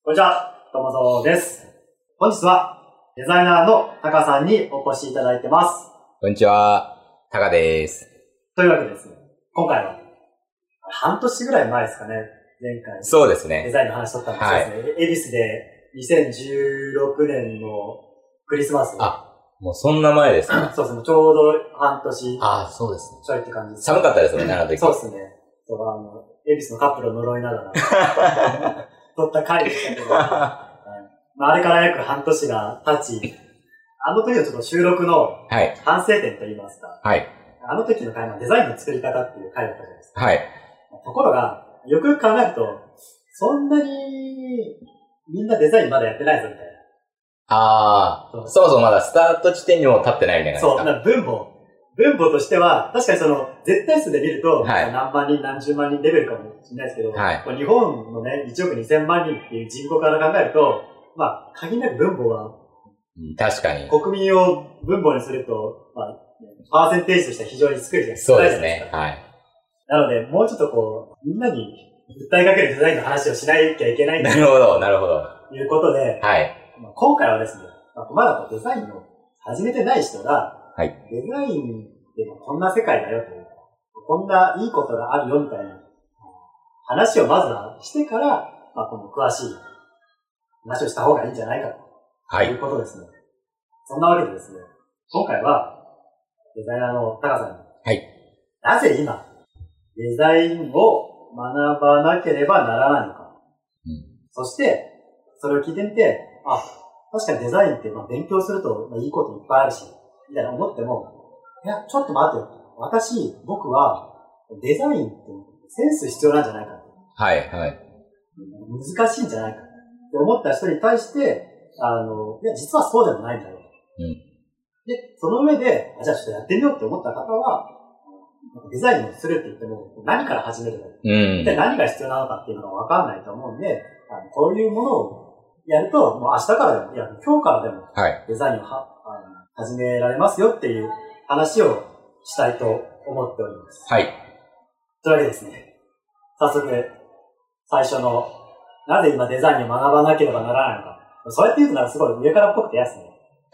こんにちは、ともぞです。本日はデザイナーのタカさんにお越しいただいてます。 こんにちは、タカです。 というわけでですね、今回は半年ぐらい前ですかね、前回。 そうですね。 デザインの話しとったんですけどね、恵比寿で2016年のクリスマス。 もうそんな前ですか？ そうですね、ちょうど半年。 そうですね。 ちょいって感じです。 寒かったですもんね、あの時。 そうですね。恵比寿のカップルを呪いながら。撮った回でしたけど、あれから約半年が経ち、あの時のちょっと収録の反省点といいますか、 はい。 あの時の回はデザインの作り方っていう回だったじゃないですか。 はい。 ところが、よくよく考えると、そんなにみんなデザインまだやってないぞみたいな。 そもそもまだスタート地点にも立ってないみたいな感じですか？ そう、分母としては、確かに絶対数で見ると、 はい、 何万人、何十万人レベルかもしれないですけど、 はい、 日本のね、1億2000万人っていう人口から考えると、限りなく分母は、 確かに。 国民を分母にすると、パーセンテージとしては非常に少ないじゃないですか。 そうですね。はい。 なので、もうちょっとみんなに訴えかけるデザインの話をしなきゃいけないんだなるほど、なるほど。 ということで、 はい。 今回はですね、まだデザインを始めてない人が、 はい。 デザインでもこんな世界だよというか、こんないいことがあるよみたいな話をまずはしてから、この詳しい話をした方がいいんじゃないかということですね。そんなわけでですね、今回はデザイナーのタカさんに、なぜ今デザインを学ばなければならないのか、そしてそれを聞いてみて、確かにデザインって勉強するといいこといっぱいあるし、みたいな思っても、いや、ちょっと待ってよ。僕はデザインってセンス必要なんじゃないか。 はい、はい。 難しいんじゃないかって思った人に対して、いや、実はそうでもないんだよ。で、その上で、じゃあちょっとやってみようって思った方は、デザインをするって言っても、何から始めるか。一体何が必要なのかっていうのがわかんないと思うんで、こういうものをやると、もう明日からでも、いや、今日からでも、デザインを始められますよっていう話をしたいと思っております。 はい。 というわけでですね、早速、最初の、なぜ今デザインを学ばなければならないのか。そうやって言うとすごい上からっぽくて嫌ですね。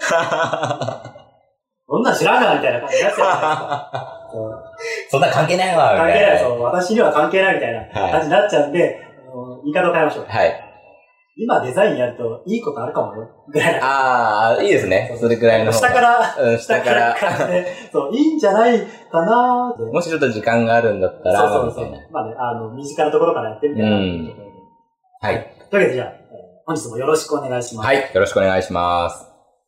そんなん知らんがなみたいな感じになっちゃうじゃないですか。 そんな関係ないわ、 関係ない、私には関係ないみたいな感じになっちゃうんで、言い方を変えましょう。 はい。 今デザインやるといいことあるかもよ、ぐらいな。 いいですね。それくらいの。 下から感じで、いいんじゃないかなーって。 もしちょっと時間があるんだったら、 そう。身近なところからやってみたいな。 はい。 というわけでじゃあ、本日もよろしくお願いします。 はい、よろしくお願いします。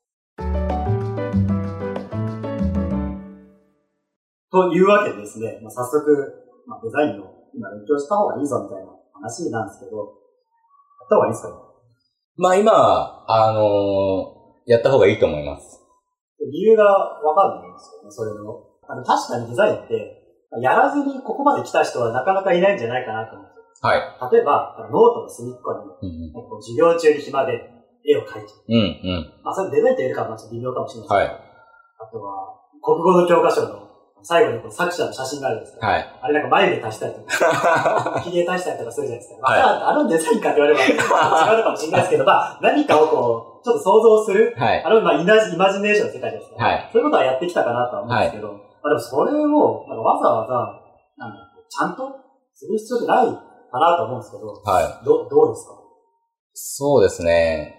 というわけでですね、早速、デザインを今勉強した方がいいぞみたいな話なんですけど、やった方がいいですかね？ 今、やった方がいいと思います。 理由がわかんないんですよね、それの。確かにデザインって、やらずにここまで来た人はなかなかいないんじゃないかなと思うんですよ。 はい。 例えば、ノートの隅っこに、授業中に暇で絵を描いちゃう。それデザインというよりかはちょっと微妙かもしれないですけど、あとは、国語の教科書の最後に作者の写真があるんですけど、あれ眉毛足したりとか、ひげ足したりとかするじゃないですか。あのデザインかって言われれば違うのかもしれないですけど、何かをちょっと想像する、イマジネーションの世界ですから、そういうことはやってきたかなとは思うんですけど、でもそれをわざわざ、ちゃんとする必要ってないかなと思うんですけど、どうですか？ そうですね。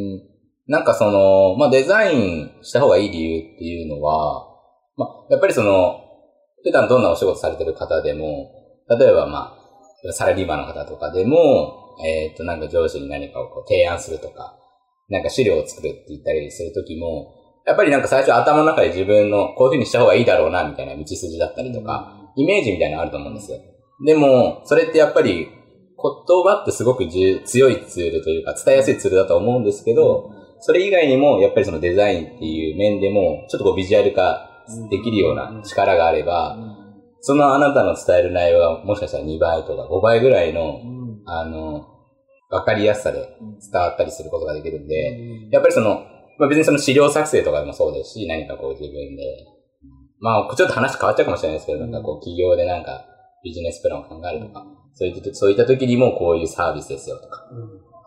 デザインした方がいい理由っていうのは、やっぱり普段どんなお仕事されてる方でも、例えばサラリーマンの方とかでも、上司に何かを提案するとか、資料を作るって言ったりするときも、やっぱり最初頭の中で自分のこういう風にした方がいいだろうな、みたいな道筋だったりとか、イメージみたいなのあると思うんですよ。でも、それってやっぱり、言葉ってすごく強いツールというか、伝えやすいツールだと思うんですけど、それ以外にも、やっぱりデザインっていう面でも、ちょっとビジュアル化できるような力があれば、そのあなたの伝える内容がもしかしたら2倍とか5倍ぐらいの、わかりやすさで伝わったりすることができるんで、やっぱり別に資料作成とかでもそうですし、何か自分で、ちょっと話変わっちゃうかもしれないですけど、企業でビジネスプランを考えるとか、そういった時にもこういうサービスですよとか、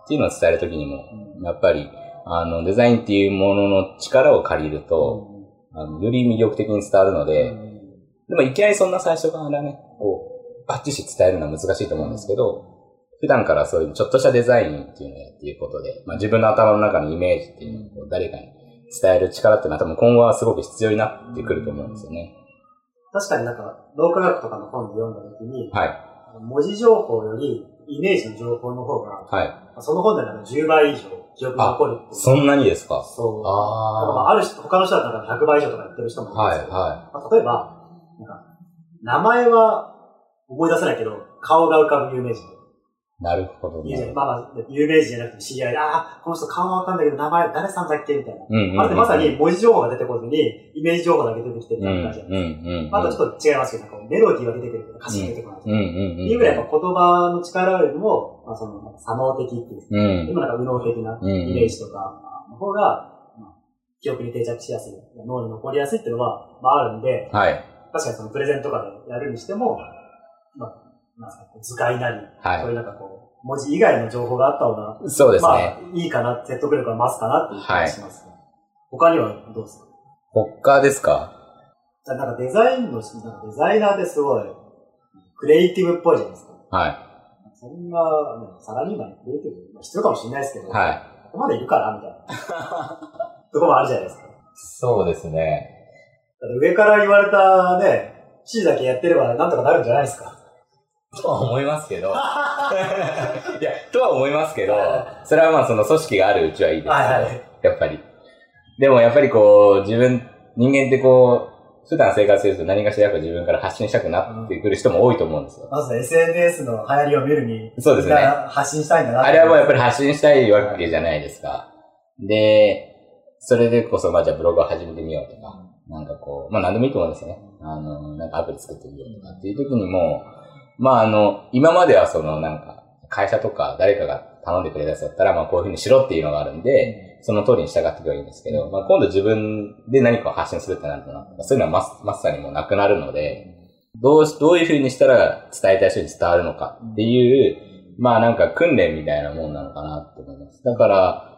っていうのを伝えるときにも、やっぱり、デザインっていうものの力を借りると、より魅力的に伝わるので、でもいきなりそんな最初からね、バッチシ伝えるのは難しいと思うんですけど、普段からそういうちょっとしたデザインっていうのをやっていくことで、自分の頭の中のイメージっていうのを誰かに伝える力っていうのは多分今後はすごく必要になってくると思うんですよね。 確かに脳科学とかの本で読んだ時に、 はい。 文字情報よりイメージの情報の方が、 はい。 その本で10倍以上記憶に残るっていう。 そんなにですか？ そう。ある人、他の人は100倍以上とか言ってる人もいるんですけど、例えば、名前は思い出せないけど、顔が浮かぶ有名人。 なるほどね。 有名人じゃなくて知り合いで、この人顔はわかんないけど、名前誰さんだっけみたいな。あれでまさに文字情報が出てこずに、イメージ情報だけ出てきてるみたいな感じなんです。あとちょっと違いますけど、メロディーが出てくるけど歌詞が出てこない。っていうぐらい言葉の力よりも、左脳的っていう、でも右脳的なイメージとかの方が、記憶に定着しやすい、脳に残りやすいっていうのは、あるんで、 はい。 確かにプレゼンとかでやるにしても、図解なり、そういう文字以外の情報があった方が、 そうですね。 いいかな、説得力が増すかなっていう気がします、ね。他にはどうですか？ 他ですか？ じゃあデザイナーってすごい、クリエイティブっぽいじゃないですか。 はい。 そんな、サラリーマンクリエイティブ、必要かもしれないですけど、 はい。 ここまでいるからみたいな。とこもあるじゃないですか。 そうですね。 上から言われたね、指示だけやってればなんとかなるんじゃないですか。 とは思いますけど。いや、とは思いますけど、それはその組織があるうちはいいですけど、やっぱり。でもやっぱり人間って普段生活すると何かしら自分から発信したくなってくる人も多いと思うんですよ。 まず SNS の流行りを見るに、 そうですね。 発信したいんだなって。 あれはもうやっぱり発信したいわけじゃないですか。で、それでこそ、じゃあブログを始めてみようとか、何でもいいと思うんですよね。アプリ作ってみようとかっていう時にも、今までは会社とか誰かが頼んでくれたやつだったら、こういう風にしろっていうのがあるんで、その通りに従っていけばいいんですけど、今度自分で何かを発信するってなるとそういうのはまさにもうなくなるので、どういう風にしたら伝えたい人に伝わるのかっていう、訓練みたいなもんなのかなと思います。だから、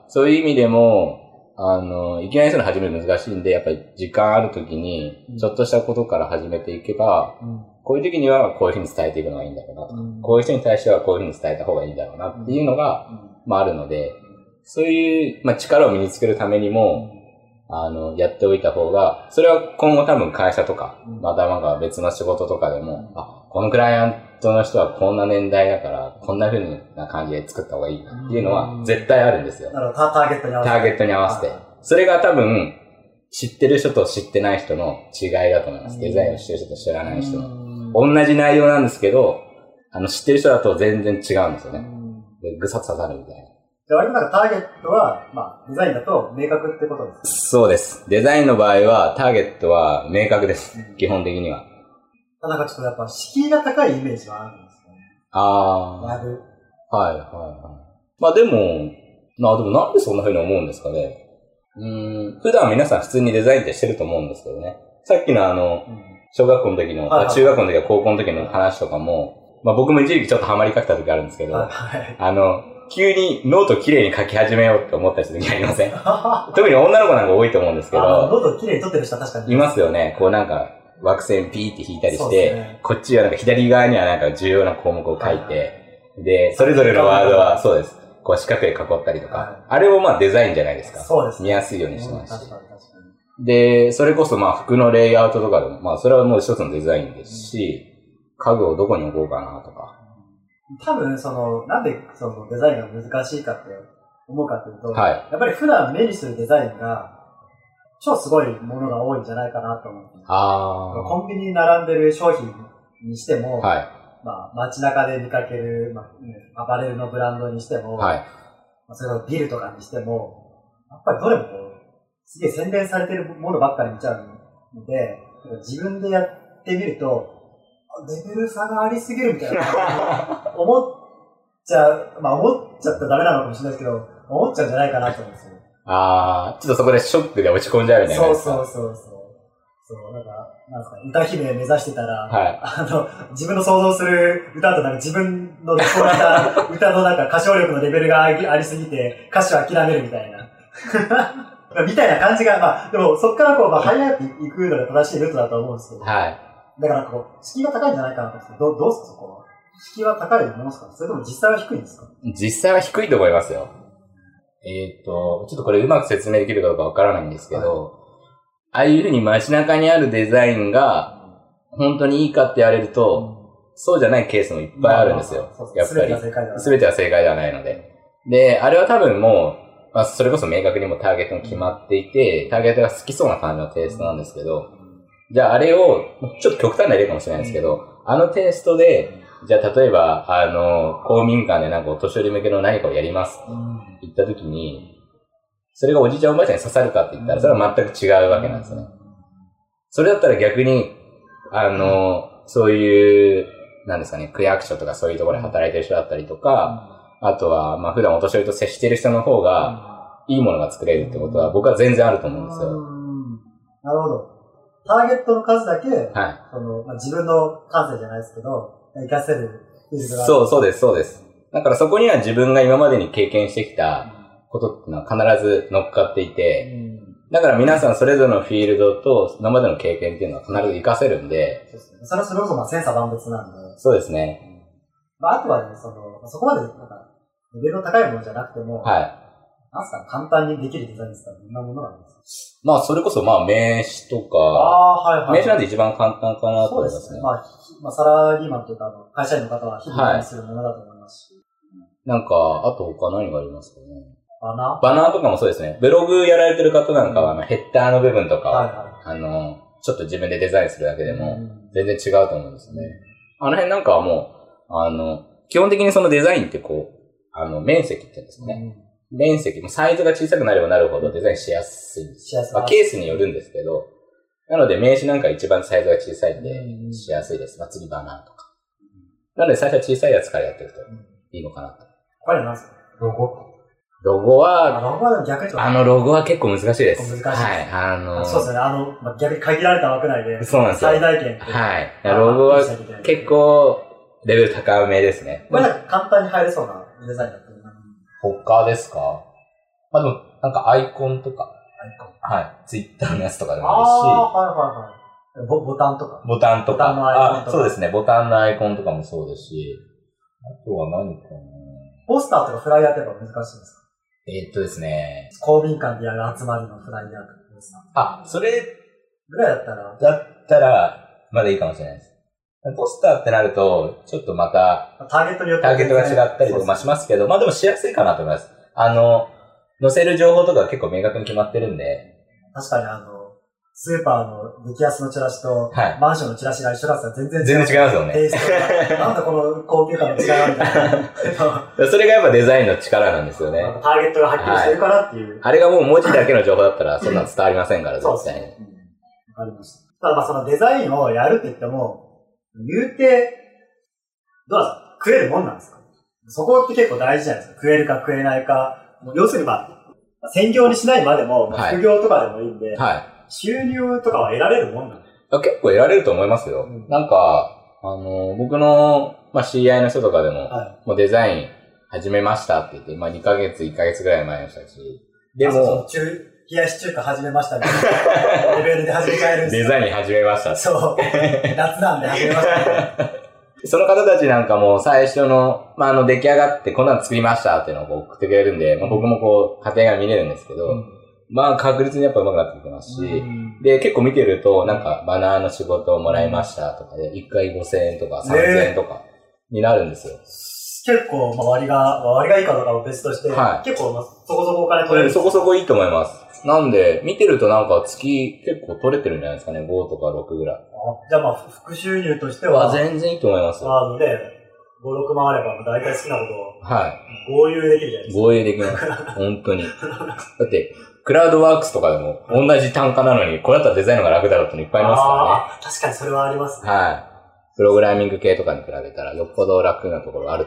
そういう意味でも、いきなりその始めるの難しいんで、やっぱり時間ある時に、ちょっとしたことから始めていけば、こういう時にはこういうふうに伝えていくのがいいんだろうなとか、こういう人に対してはこういうふうに伝えた方がいいんだろうなっていうのが、あるので、そういう、力を身につけるためにも、やっておいた方が、それは今後多分会社とか、また別の仕事とかでも、このクライアントの人はこんな年代だから、こんな風な感じで作った方がいいなっていうのは絶対あるんですよ。 なるほど、ターゲットに合わせて。 ターゲットに合わせて。それが多分、知ってる人と知ってない人の違いだと思います。デザインをしてる人と知らない人の。同じ内容なんですけど、知ってる人だと全然違うんですよね。で、ぐさっと刺さるみたいな。 じゃあ割とターゲットは、デザインだと明確ってことですか？ そうです。デザインの場合は、ターゲットは明確です。基本的には。 ちょっとやっぱ敷居が高いイメージはあるんですよね。 でもなんでそんな風に思うんですかね。普段皆さん普通にデザインってしてると思うんですけどね。さっきの小学校の時の、中学校の時や高校の時の話とかも、僕も一時期ちょっとハマりかけた時あるんですけど、急にノート綺麗に書き始めようって思った人にありません？特に女の子なんか多いと思うんですけど。 ノート綺麗に撮ってる人は確かに。 いますよね。枠線ピーって引いたりして、こっちは左側には重要な項目を書いて、で、それぞれのワードはそうです。四角で囲ったりとか。あれもデザインじゃないですか。 そうです。 見やすいようにしてますし。で、それこそ服のレイアウトとかでも、それはもう一つのデザインですし、家具をどこに置こうかなとか。 多分、なんでデザインが難しいかって思うかというと、やっぱり普段目にするデザインが、超すごいものが多いんじゃないかなと思って。コンビニに並んでる商品にしても、街中で見かける、アパレルのブランドにしても、それをビルとかにしても、やっぱりどれもすげえ洗練されてるものばっかり見ちゃうので、自分でやってみると、レベル差がありすぎるみたいな思っちゃったらダメなのかもしれないですけど、思っちゃうんじゃないかなと思うんですよ。 ちょっとそこでショックで落ち込んじゃうみたいな。 そう。 なんか、なんですか、歌姫目指してたら、 はい。 自分の想像する歌となんか自分の理想した歌のなんか歌唱力のレベルがありすぎて、歌詞を諦めるみたいな。みたいな感じが、まあ、でもそっからこう、まあ、這い上がっていくのが正しいルートだと思うんですけど。 はい。 だからこう、敷居が高いんじゃないかなと思うんですけど、どうですかそこは。敷居は高いものですかそれとも実際は低いんですか実際は低いと思いますよ。ちょっとこれうまく説明できるかどうかわからないんですけど、ああいうふうに街中にあるデザインが本当にいいかって言われると、そうじゃないケースもいっぱいあるんですよ。やっぱり。全ては正解ではないので。で、あれは多分もう、まあ、それこそ明確にもターゲットも決まっていて、ターゲットが好きそうな感じのテイストなんですけど、じゃああれを、ちょっと極端な例かもしれないですけど、あのテイストで、じゃあ例えば、公民館でなんかお年寄り向けの何かをやりますって言った時に、それがおじいちゃんおばあちゃんに刺さるかって言ったら、それは全く違うわけなんですよね。それだったら逆に、そういう、なんですかね、区役所とかそういうところで働いてる人だったりとか、あとは、まあ普段お年寄りと接してる人の方が、いいものが作れるってことは僕は全然あると思うんですよ。 なるほど。ターゲットの数だけ、 はい。 まあ、自分の感性じゃないですけど、活かせるフィールドがある。 そうです。だからそこには自分が今までに経験してきたことっていうのは必ず乗っかっていて、だから皆さんそれぞれのフィールドと今までの経験っていうのは必ず活かせるんで、 それこそまあ千差万別なんで。 そうですね。 まああとはね、そこまでなんか、レベルの高いものじゃなくても、 はい。 なんすか、簡単にできるデザインですからどんなものがありますかまあそれこそまあ名刺とか、名刺なんて一番簡単かなと思いますね。 そうですね。まあサラリーマンというか会社員の方は日々にするものだと思いますし。 なんか、あと他何がありますかね。 バナーとかもそうですね。ブログやられてる方なんかは、ヘッダーの部分とかちょっと自分でデザインするだけでも、全然違うと思うんですよね。あの辺なんかはもう、基本的にそのデザインってこう、面積って言うんですかね。面積、サイズが小さくなればなるほどデザインしやすいんです。まあ、ケースによるんですけど、なので名刺なんか一番サイズが小さいんで、しやすいです。まあ、次バナーとか。なので最初は小さいやつからやっていくといいのかなと。 これ何ですかロゴは、 逆にロゴは結構難しいです。 難しい。 はい。 そうですね。逆に限られた枠内で、 そうなんですよ。 最大限。 はい。ロゴは結構、レベル高めですね。 これなんか簡単に入れそうなデザインだった他ですか？まあでも、なんかアイコンとか。はい。ツイッターのやつとかでもいいし。 はい。ボタンとか。 ボタンとか。 ボタンのアイコンとか。 そうですね。ボタンのアイコンとかもそうですし。あとは何かな。 ポスターとかフライヤーってやっぱ難しいんですか？ ですね。 公民館でやる集まりのフライヤーとかポスター。 それぐらいだったら、まだいいかもしれないです。ポスターってなると、ちょっとまた、 ターゲットによって、 ターゲットが違ったりとかしますけど、まあでもしやすいかなと思います。載せる情報とか結構明確に決まってるんで。 確かにスーパーの激安のチラシと、マンションのチラシが一緒だったら全然違いますよね。 テイストがなんだこの高級感の違いはみたいな。 それがやっぱデザインの力なんですよね。 ターゲットがはっきりしてるからっていう。 あれがもう文字だけの情報だったら、そんなの伝わりませんから、 絶対に。わかりました。ただまあそのデザインをやるって言っても、言うて、どうなんですか？食えるもんなんですか？そこって結構大事じゃないですか。食えるか食えないか。要するに専業にしないまでも、副業とかでもいいんで、収入とかは得られるもんなんですか？ 結構得られると思いますよ。なんか、僕の、知り合いの人とかでも、もうデザイン始めましたって言って、2ヶ月、1ヶ月ぐらい前の人たち。でも、 冷やし中華始めましたみたいなレベルで始めちゃえるんですデザイン始めました。 そう。夏なんで始めました、 その方たちなんかも最初の、出来上がってこんなの作りましたっていうのを送ってくれるんで、僕も過程が見れるんですけど、確実にやっぱ上手くなってきてますし、で、結構見てると、なんかバナーの仕事をもらいましたとかで、1回5000円とか3000円とかになるんですよ。 結構、割りがいいかどうかは別として、結構、そこそこお金取れる。 そこそこいいと思います。なんで、見てるとなんか月結構取れてるんじゃないですかね。5とか6ぐらい。 じゃあ副収入としては。 全然いいと思いますよ。 5、6万あれば大体好きなことを。合流できるじゃないですか。 合流できます。本当に。だって、クラウドワークスとかでも同じ単価なのに、これだったらデザインの方が楽だろうってのいっぱいいますからね。 確かにそれはありますね。 プログラミング系とかに比べたらよっぽど楽なところあると思います。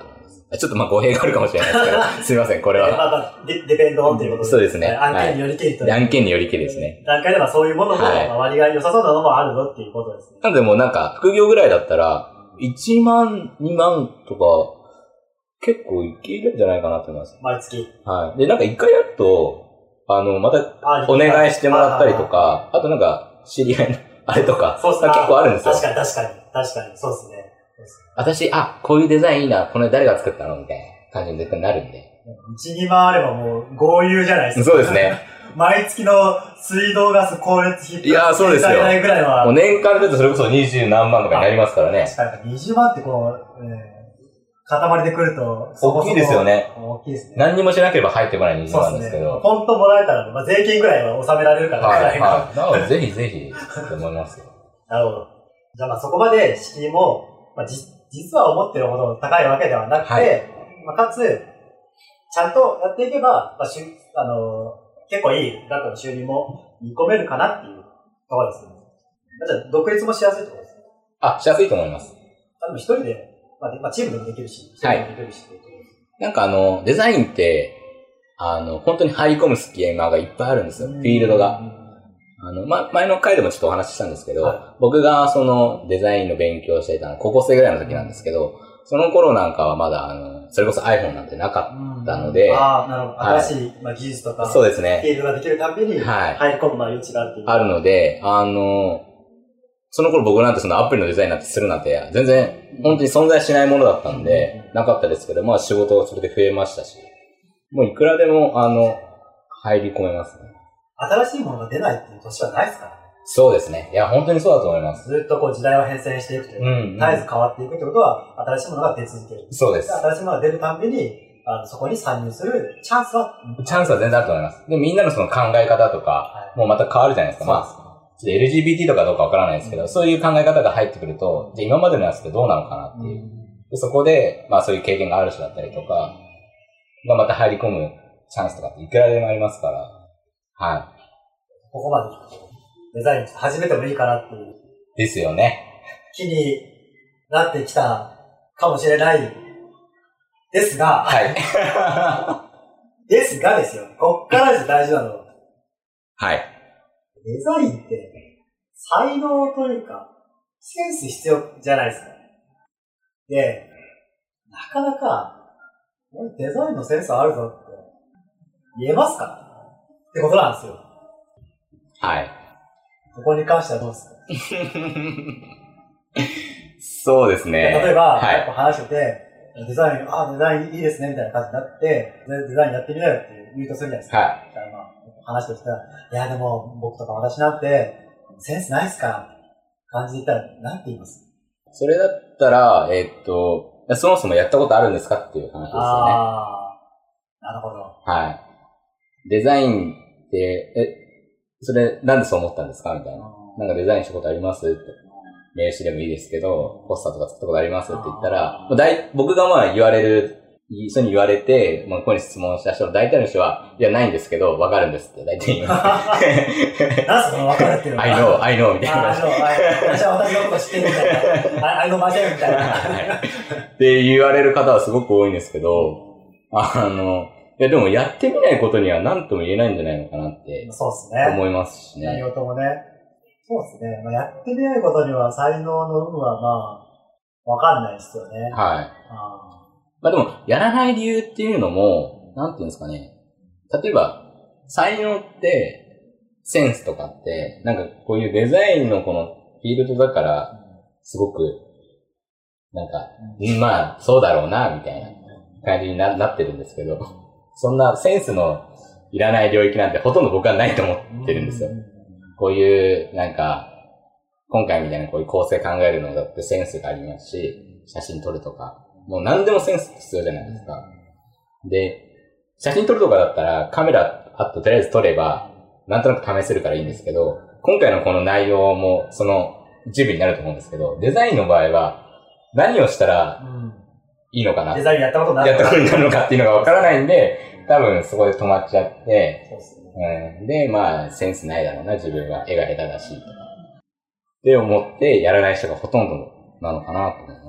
ちょっとまあ語弊があるかもしれないですけど、すいません、これは。 デペンドオンということで。 そうですね。 案件によりけりという。 案件によりけりですね。 段階ではそういうものも、割が良さそうなのもあるぞっていうことですね。 なのでもうなんか、副業ぐらいだったら、1万、2万とか、結構いけるんじゃないかなと思います。 毎月。 はい。で、なんか一回やると、また、お願いしてもらったりとか、あとなんか、知り合いの、あれとか、 そうっすね。 結構あるんですよ。 確かに、そうですね。 私、こういうデザインいいな、これ誰が作ったのみたいな感じに絶対なるんで。 1、2万あればもう、豪遊じゃないですか。 そうですね。 毎月の水道ガス光熱費。 いや、そうですよ。 ぐらいは。 もう年間でそれこそ20何万とかになりますからね。 確かに、20万って塊で来ると、 大きいですよね。 大きいですね。 何にもしなければ入ってこない20万ですけど。 ポンともらえたら、税金ぐらいは納められるからぐらいの。 はい。なので、ぜひぜひ、と思いますよ。 なるほど。じゃあそこまで敷居も、実は思ってるほど高いわけではなくて、かつ、ちゃんとやっていけば、結構いい額の収入も見込めるかなっていうところですね。じゃあ、独立もしやすいってことですね。 しやすいと思います。 でも一人で、チームでもできるし、一人でもできるしっていうことです。 なんかデザインって、本当に入り込むスキーマーがいっぱいあるんですよ。フィールドが。前の回でもちょっとお話ししたんですけど、僕がそのデザインの勉強をしていたの高校生ぐらいの時なんですけど、その頃なんかはまだそれこそ iPhone なんてなかったので、 なるほど。新しい技術とか、 そうですね。 フィールドができるたびに入り込む余地があるっていう。 あるので、その頃僕なんてそのアプリのデザインなんてするなんて、全然本当に存在しないものだったんで、なかったですけど、仕事がそれで増えましたし、もういくらでも入り込めますね。 新しいものが出ないっていう年はないですからね。 そうですね。いや、本当にそうだと思います。 ずっと時代は変遷していくという。絶えず変わっていくってことは、新しいものが出続ける。 そうです。 新しいものが出るたんびに、そこに参入するチャンスは全然あると思います。で、みんなのその考え方とか、もうまた変わるじゃないですか。LGBT とかどうかわからないですけど、そういう考え方が入ってくると、じゃあ今までのやつってどうなのかなっていう。でそこで、そういう経験がある人だったりとか、がまた入り込むチャンスとかっていくらでもありますから、はい。 ここまでデザイン始めてもいいかなっていう。 ですよね。 気になってきたかもしれないですが、 はい。 ですがですよ。こっから大事なのは。 はい。 デザインって、才能というか、センス必要じゃないですか。で、なかなか、デザインのセンスあるぞって言えますかってことなんですよ。 はい。 ここに関してはどうですかそうですね。 例えば、話してて、デザインいいですね、みたいな感じになって、デザインやってみなよって言うとするじゃないですか。はい。話してきたら、いやでも、僕とか私なんて、センスないっすか感じで言ったら、なんて言います？ それだったら、そもそもやったことあるんですかっていう話ですよね。 なるほど。 はい。デザインって、それ、なんでそう思ったんですかみたいな。なんかデザインしたことありますって。名刺でもいいですけど、ポスターとか作ったことありますって言ったら、僕が人に言われて、こういうふうに質問した人の大体の人は、いや、ないんですけど、わかるんですって大体言います。 なんすかわかるっていうのは。I know みたいな。 私は私のこと知ってるみたいな。I know myself みたいな。 って言われる方はすごく多いんですけど、いや、でもやってみないことには何とも言えないんじゃないのかなって。 そうですね。 思いますしね。 何事もね。そうですね。やってみないことには才能の有無はわかんないですよね。 はい。でも、やらない理由っていうのも、なんていうんですかね。例えば、才能って、センスとかって、なんかこういうデザインのこのフィールドだから、すごく、なんか、そうだろうな、みたいな感じになってるんですけど、そんなセンスのいらない領域なんてほとんど僕はないと思ってるんですよ。こういう、なんか、今回みたいなこういう構成考えるのだってセンスがありますし、写真撮るとか、もう何でもセンス必要じゃないですか。で、写真撮るとかだったらカメラあととりあえず撮れば、なんとなく試せるからいいんですけど、今回のこの内容もその一部になると思うんですけど、デザインの場合は何をしたらいいのかな、 デザインやったことになるのかっていうのがわからないんで、多分そこで止まっちゃって、で、センスないだろうな、自分は絵が下手だし、とか。って思ってやらない人がほとんどなのかなと思います。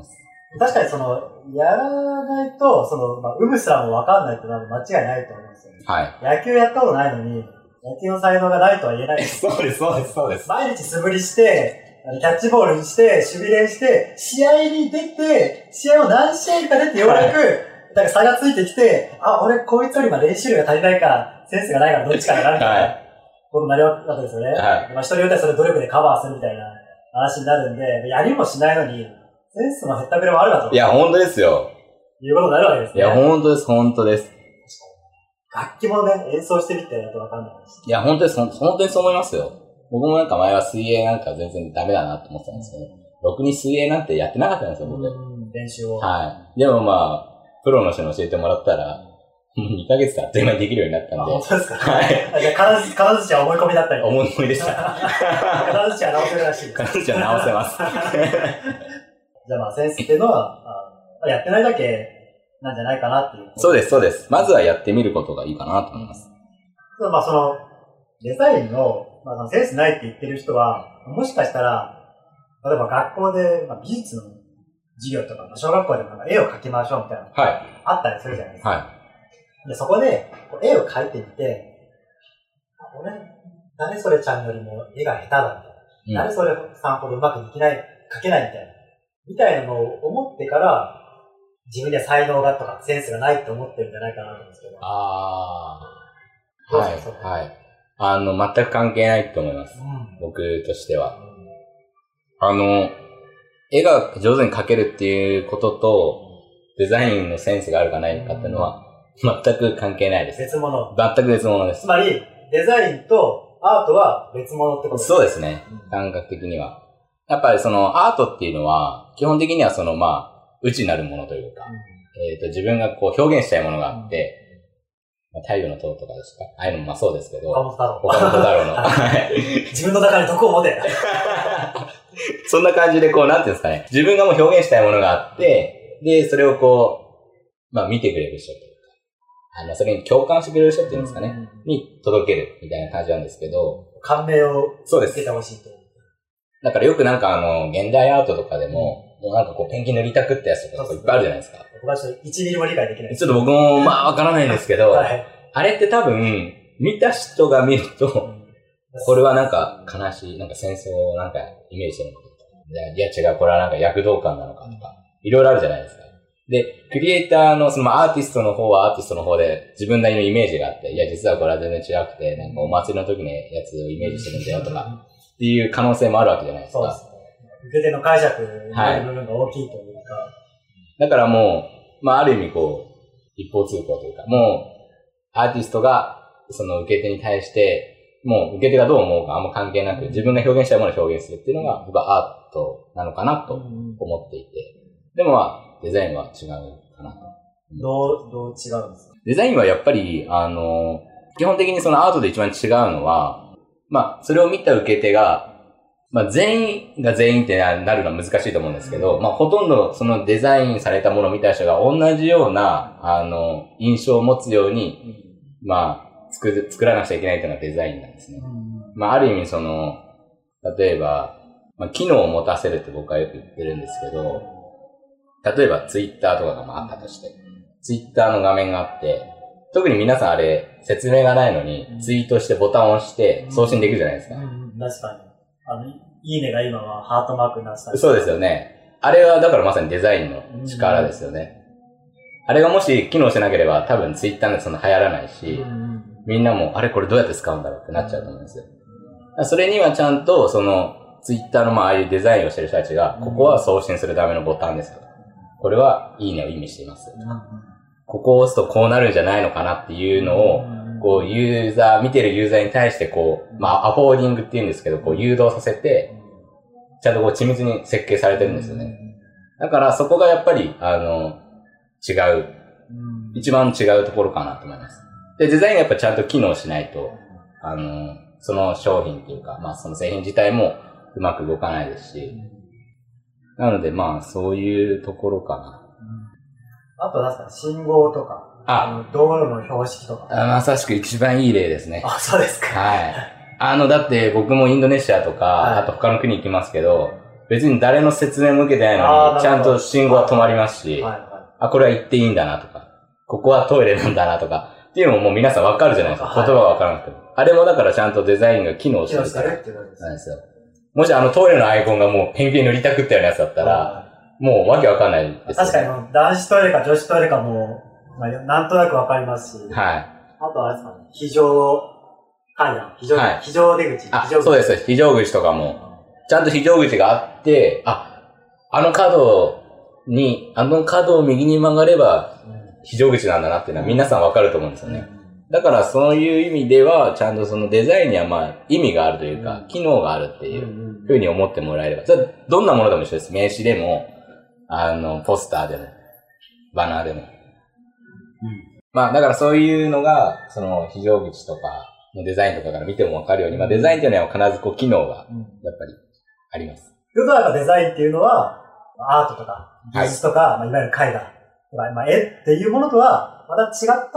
確かにやらないと、有無すらもわかんないと多分間違いないと思うんですよね。 はい。 野球やったことないのに、野球の才能がないとは言えない。 そうです、そうです、そうです。 毎日素振りして、キャッチボールにして、守備練して、試合に出て、試合を何試合か出てようやく、なんか差がついてきて、あ、俺こいつよりも練習量が足りないか、センスがないからどっちかになるみたいなことになるわけですよね。はい。まあ人によってはそれを努力でカバーするみたいな話になるんで、やりもしないのに、センスのへったくれもあるわと。 いや、本当ですよ。 いうことになるわけですね。 いや、本当です、本当です。 楽器もね、演奏してみてやるとわかんないし。 いや、本当です、本当にそう思いますよ。僕もなんか前は水泳なんか全然ダメだなと思ってたんですけど、ろくに水泳なんてやってなかったんですよ、僕。 練習を。 はい。でもまあ、プロの人に教えてもらったら、2ヶ月であっという間にできるようになったんで。 本当ですか？はい。じゃあ、金槌は思い込みだったり。 思い込みでした。 金槌は直せるらしい。 金槌は直せます。 じゃあまあ、センスっていうのは、やってないだけなんじゃないかなっていう。 そうです、そうです。まずはやってみることがいいかなと思います。 まあデザインの、まあ、センスないって言ってる人は、もしかしたら、例えば学校で、まあ、美術の授業とか、小学校でなんか絵を描きましょうみたいな、はい、あったりするじゃないですか。はい、でそこで絵を描いてみて、俺、誰それちゃんよりも絵が下手だみたいな、誰それさんほどうまく描けないみたいなのを思ってから、自分では才能がとかセンスがないって思ってるんじゃないかなと思うんですけど。 はい、はい。全く関係ないと思います。僕としては。絵が上手に描けるっていうことと、デザインのセンスがあるかないかっていうのは、全く関係ないです。 別物。 全く別物です。 つまり、デザインとアートは別物ってことですか？ そうですね。感覚的には。やっぱりアートっていうのは、基本的には内なるものというか、自分がこう表現したいものがあって、太陽の塔とかですか？ああいうのもそうですけど。岡本太郎の。 自分の中に毒を持て。 そんな感じでこう、なんていうんですかね。自分がもう表現したいものがあって、で、それをこう、見てくれる人というか、それに共感してくれる人っていうんですかね。に届けるみたいな感じなんですけど。 感銘を受けてほしいと。 だからよくなんか現代アートとかでも、もうなんかこうペンキ塗りたくってやつとかいっぱいあるじゃないですか。 僕はちょっと1ミリも理解できない。 ちょっと僕もわからないんですけど、はい、あれって多分、見た人が見ると、これはなんか悲しい、なんか戦争をなんかイメージしてるのかとか、いや違う、これはなんか躍動感なのかとか、いろいろあるじゃないですか。で、クリエイターのアーティストの方はアーティストの方で自分なりのイメージがあって、いや実はこれは全然違くて、なんかお祭りの時のやつをイメージしてるんだよとか、っていう可能性もあるわけじゃないですか。 そうですね。受け手の解釈の部分が大きいというか。はい、 だからもう、ある意味こう、一方通行というか、もう、アーティストが、その受け手に対して、もう受け手がどう思うかあんま関係なく、自分が表現したいものを表現するっていうのが、僕はアートなのかなと思っていて。でもデザインは違うかなと。 どう違うんですか？ デザインはやっぱり、基本的にそのアートで一番違うのは、それを見た受け手が、全員が全員ってなるのは難しいと思うんですけど、ほとんどそのデザインされたものを見た人が同じような、印象を持つように、作らなくちゃいけないというのがデザインなんですね。ある意味例えば、機能を持たせるって僕はよく言ってるんですけど、例えばツイッターとかがあったとして、ツイッターの画面があって、特に皆さんあれ説明がないのに、ツイートしてボタンを押して送信できるじゃないですか。 確かに。いいねが今はハートマークになってたり。 そうですよね。あれはだからまさにデザインの力ですよね。あれがもし機能してなければ多分ツイッターでそんな流行らないし、みんなもあれこれどうやって使うんだろうってなっちゃうと思うんですよ。それにはちゃんとツイッターのああいうデザインをしてる人たちが、ここは送信するためのボタンですと。これはいいねを意味していますとか。ここを押すとこうなるんじゃないのかなっていうのを、こう見てるユーザーに対してアフォーディングって言うんですけど、誘導させて、ちゃんと緻密に設計されてるんですよね。だからそこがやっぱり、違う。一番違うところかなと思います。で、デザインがやっぱちゃんと機能しないと、その商品っていうか、その製品自体もうまく動かないですし。なのでそういうところかな。 あとなんか信号とか。道路の標識とか。 まさしく一番いい例ですね。 あ、そうですか。 はい。だって僕もインドネシアとか、あと他の国行きますけど、 別に誰の説明も受けてないのに、ちゃんと信号は止まりますし、あ、これは言っていいんだなとか、ここはトイレなんだなとか、っていうのももう皆さんわかるじゃないですか。言葉がわからなくても。あれもだからちゃんとデザインが機能してるから。なんですよ。もしトイレのアイコンがもうペンキ塗りたくったようなやつだったら、もうわけわかんないですよ。 確かに男子トイレか女子トイレかも、なんとなくわかりますし。 はい。 あとあれですかね、非常階段、非常出口。 そうです。非常口とかも、ちゃんと非常口があって、あの角を右に曲がれば、非常口なんだなっていうのは皆さんわかると思うんですよね。だからそういう意味では、ちゃんとそのデザインには意味があるというか、機能があるっていうふうに思ってもらえれば。それどんなものでも一緒です。名刺でも、ポスターでも、バナーでも。だからそういうのが、その非常口とかのデザインとかから見てもわかるように、デザインというのは必ず機能が、やっぱりあります。 ということはやっぱデザインっていうのは、アートとか、技術とか、いわゆる絵画。絵っていうものとは、また違った、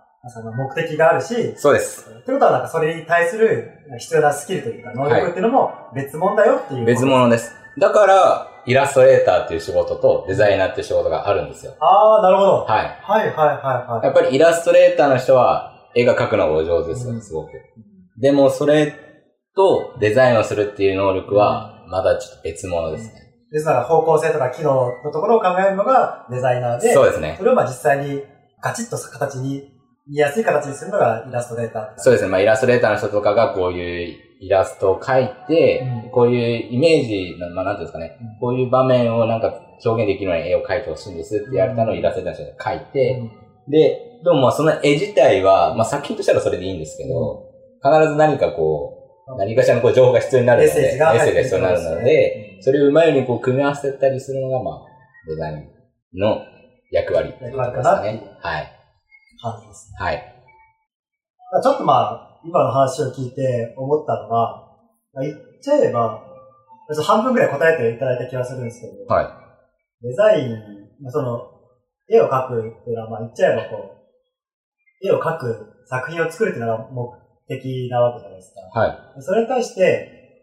その目的があるし、 そうです。 ってことは、それに対する必要なスキルというか、能力っていうのも別物だよっていう。 別物です。だから、イラストレーターっていう仕事とデザイナーっていう仕事があるんですよ。 なるほど。 はい。 はい。 やっぱりイラストレーターの人は、絵が描くのがお上手ですよ、すごく。でも、それとデザインをするっていう能力は、まだちょっと別物ですね。 ですから方向性とか機能のところを考えるのがデザイナーで、 そうですね。 それを実際にガチッと形に、見やすい形にするのがイラストレーター。 そうですね。イラストレーターの人とかがこういうイラストを描いて、こういうイメージ、なんていうんですかね、こういう場面を表現できるように絵を描いてほしいんですって言われたのをイラストレーターの人が描いて、でもその絵自体は、作品としたらそれでいいんですけど、必ず何かしらの情報が必要になるので、メッセージが必要になるので、それをうまいように組み合わせたりするのが、デザインの役割っていうことですかね。はい。はい。 ちょっと今の話を聞いて思ったのが、言っちゃえば、半分くらい答えていただいた気がするんですけど、 はい。 デザイン、絵を描くっていうのは、言っちゃえば絵を描く作品を作るっていうのが目的なわけじゃないですか。 はい。 それに対して、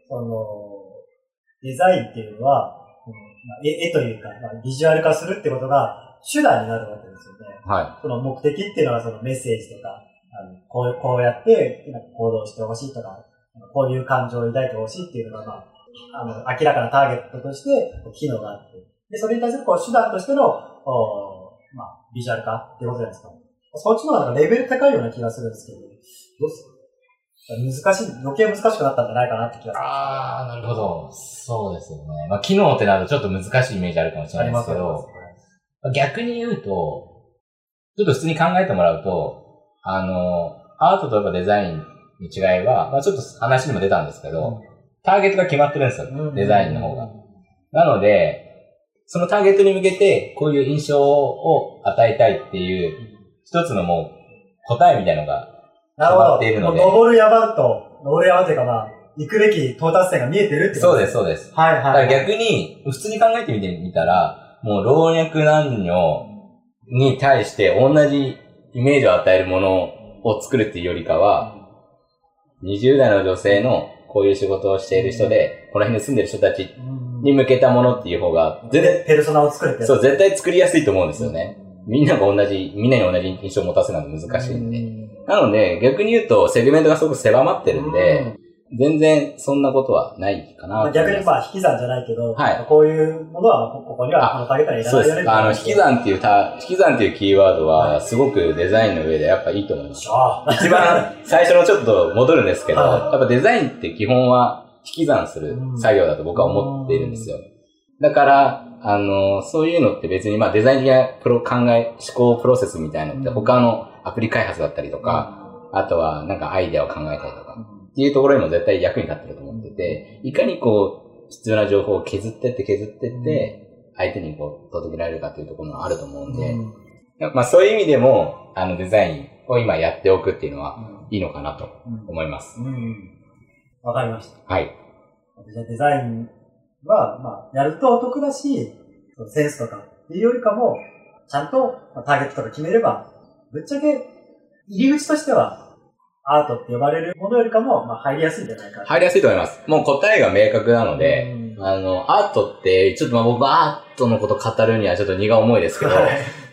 デザインっていうのは、絵というか、ビジュアル化するってことが手段になるわけですよね。 はい。 その目的っていうのはそのメッセージとか、こうやって行動してほしいとか、こういう感情を抱いてほしいっていうのが、明らかなターゲットとして機能があって、で、それに対する手段としての、ビジュアル化っていうことじゃないですか。そっちの方がレベル高いような気がするんですけど、どうですか？余計難しくなったんじゃないかなって気がする。 なるほど。そうですよね。機能ってなるとちょっと難しいイメージあるかもしれないですけど、逆に言うと、ちょっと普通に考えてもらうと、アートとデザインの違いは、ちょっと話にも出たんですけど、ターゲットが決まってるんですよ、デザインの方が。なので、そのターゲットに向けて、こういう印象を与えたいっていう、一つの答えみたいなのが決まっているので。 登る山というか行くべき到達点が見えてるってことです。 そうです。 はい。 だから逆に、普通に考えてみたら、もう老若男女に対して同じイメージを与えるものを作るっていうよりかは、20代の女性のこういう仕事をしている人で、この辺に住んでる人たちに向けたものっていう方が、 全然ペルソナを作るって。 そう、絶対作りやすいと思うんですよね。みんなに同じ印象を持たせるのは難しいんで。なので、逆に言うと、セグメントがすごく狭まってるんで、全然そんなことはないかな。 逆に引き算じゃないけど、こういうものはここにはターゲットにいらないよね。 そうです。引き算っていうキーワードはすごくデザインの上でやっぱいいと思います。一番最初のちょっと戻るんですけど、やっぱデザインって基本は引き算する作業だと僕は思っているんですよ。だから、そういうのって別にデザイン的な思考プロセスみたいなのって他のアプリ開発だったりとか、あとはアイデアを考えたりとか、っていうところにも絶対役に立ってると思ってて、いかに必要な情報を削ってって、相手に届けられるかっていうところもあると思うんで、そういう意味でも、デザインを今やっておくっていうのはいいのかなと思います。 わかりました。 はい。 デザインは、やるとお得だし、センスとかっていうよりかも、ちゃんとターゲットとか決めれば、ぶっちゃけ入り口としては、アートって呼ばれるものよりかも、入りやすいんじゃないか。 入りやすいと思います。もう答えが明確なので、 アートって、ちょっとまあ僕アートのこと語るにはちょっと荷が重いですけど、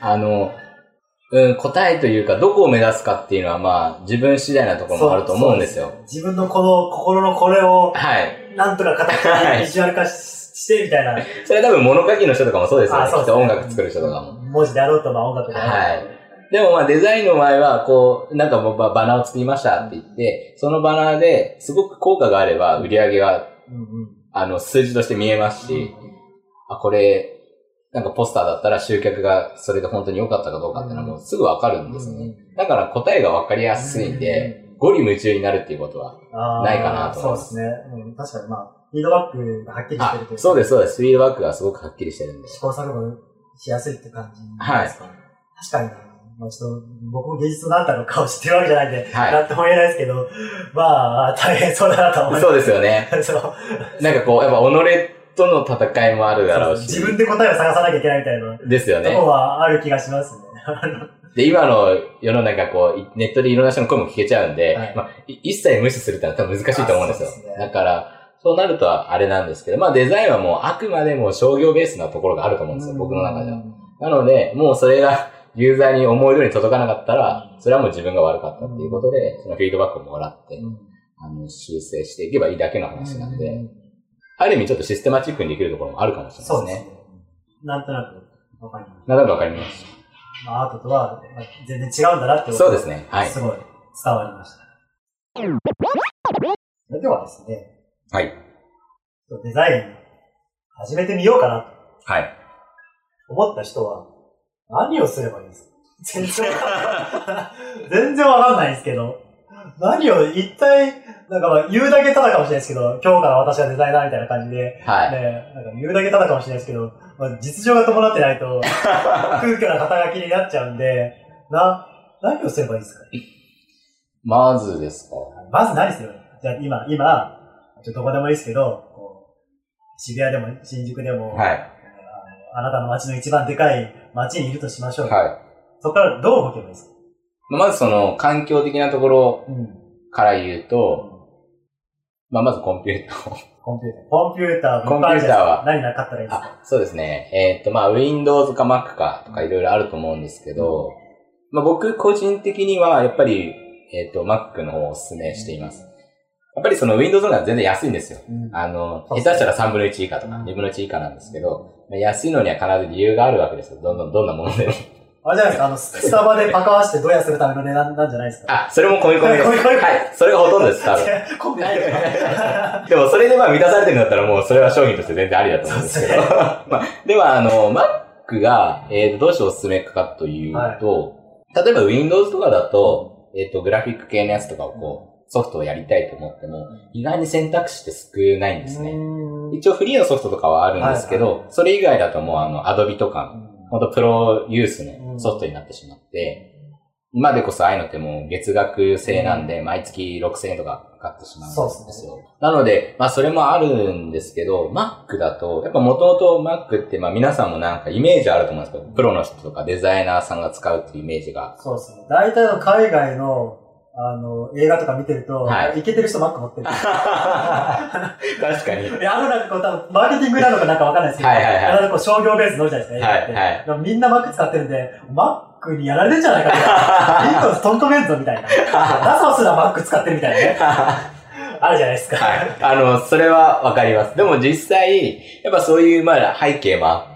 答えというか、どこを目指すかっていうのはまあ、自分次第なところもあると思うんですよ。 自分のこの心のこれを、 はい。 なんとか形にビジュアル化してみたいな。 それは多分物書きの人とかもそうですよね。 そうですね。 音楽作る人とかも。 文字であろうと、まあ音楽であろうと。 はい。でもまあデザインの場合は、こう、なんか僕はバナーを作りましたって言って、そのバナーですごく効果があれば、売り上げが、数字として見えますし、これ、なんかポスターだったら集客がそれで本当に良かったかどうかっていうのはもうすぐわかるんですね。だから答えがわかりやすいんで、語理夢中になるっていうことはないかなと思います。 そうですね。確かにまあ、フィードバックがはっきりしてるというか。 そうです、そうです。フィードバックがすごくはっきりしてるんで。 試行錯誤しやすいって感じですかね。確かにな。まあちょっと、僕も芸術なんだろうかを知ってるわけじゃないんで、なんとも言えないですけど、まあ、大変そうだなと思います。 そうですよね。そう。なんかこう、やっぱ己との戦いもあるだろうし。 自分で答えを探さなきゃいけないみたいな。 ですよね。 とこはある気がしますね。 で、今の世の中こう、ネットでいろんな人の声も聞けちゃうんで、まあ、一切無視するってのは多分難しいと思うんですよ。だから、そうなるとあれなんですけど、まあデザインはもうあくまでも商業ベースなところがあると思うんですよ、僕の中では。なので、もうそれがユーザーに思い通りに届かなかったら、それはもう自分が悪かったっていうことで、そのフィードバックをもらって、修正していけばいいだけの話なんで、ある意味ちょっとシステマチックにできるところもあるかもしれないですね。そうですね。 なんとなくわかります。 なんとなくわかります。 まあ、アートとは全然違うんだなってことそうですね。はい。 すごい伝わりました。それではですね。 はい。 デザイン始めてみようかなと。 はい。 思った人は何をすればいいですか？全然わかんないんですけど。何を一体、なんかまあ言うだけただかもしれないですけど、今日から私はデザイナーみたいな感じで、 はい。 ね、なんか言うだけただかもしれないですけど、まあ、実情が伴ってないと、空虚な肩書きになっちゃうんで、何をすればいいですか？ まずですか？ まず何すればいい？じゃあ今、ちょっとどこでもいいですけど、渋谷でも新宿でも、 はい。 あなたの街の一番でかい街にいるとしましょう。 はい。 そこからどう動けばいいですか？ まずその環境的なところから言うと、まずコンピューターを。 コンピューターは何なかったらいいですか？ そうですね。Windows か Mac かとかいろいろあると思うんですけど、僕個人的にはやっぱり、Mac の方をお勧めしています。やっぱりその Windows の方が全然安いんですよ。下手したら3分の1以下とか2分の1以下なんですけど、安いのには必ず理由があるわけですよ。どんなものでも。 あれじゃないですか、スタバでパカワしてドヤするための値段なんじゃないですか？ それも込み込みです。はい。それがほとんどです、多分。 込みないでもそれで満たされてるんだったらもうそれは商品として全然ありだと思うんですけど。ではMac が、どうしておすすめかというと、例えば Windows とかだと、グラフィック系のやつとかをソフトをやりたいと思っても、意外に選択肢って少ないんですね。一応フリーのソフトとかはあるんですけど、それ以外だともうAdobe とか、本当プロユースのソフトになってしまって、今でこそああいうのってもう月額制なんで、毎月6000円とかかかってしまうんですよ。なので、それもあるんですけど、Mac だと、やっぱ元々 Mac って皆さんもなんかイメージあると思うんですけど、プロの人とかデザイナーさんが使うっていうイメージが。そうですね。 大体の海外の映画とか見てると、イケてる人 Mac 持ってる。確かに。 なんか多分、マーケティングなのかなんかわかんないですけど、商業ベース乗るじゃないですか、みんな Mac 使ってるんで、Mac にやられてんじゃないかみたいな。Windows トントメンゾみたいな。ダソすら Mac 使ってるみたいなね。あるじゃないですか。 それはわかります。でも実際、やっぱそういう背景もあって、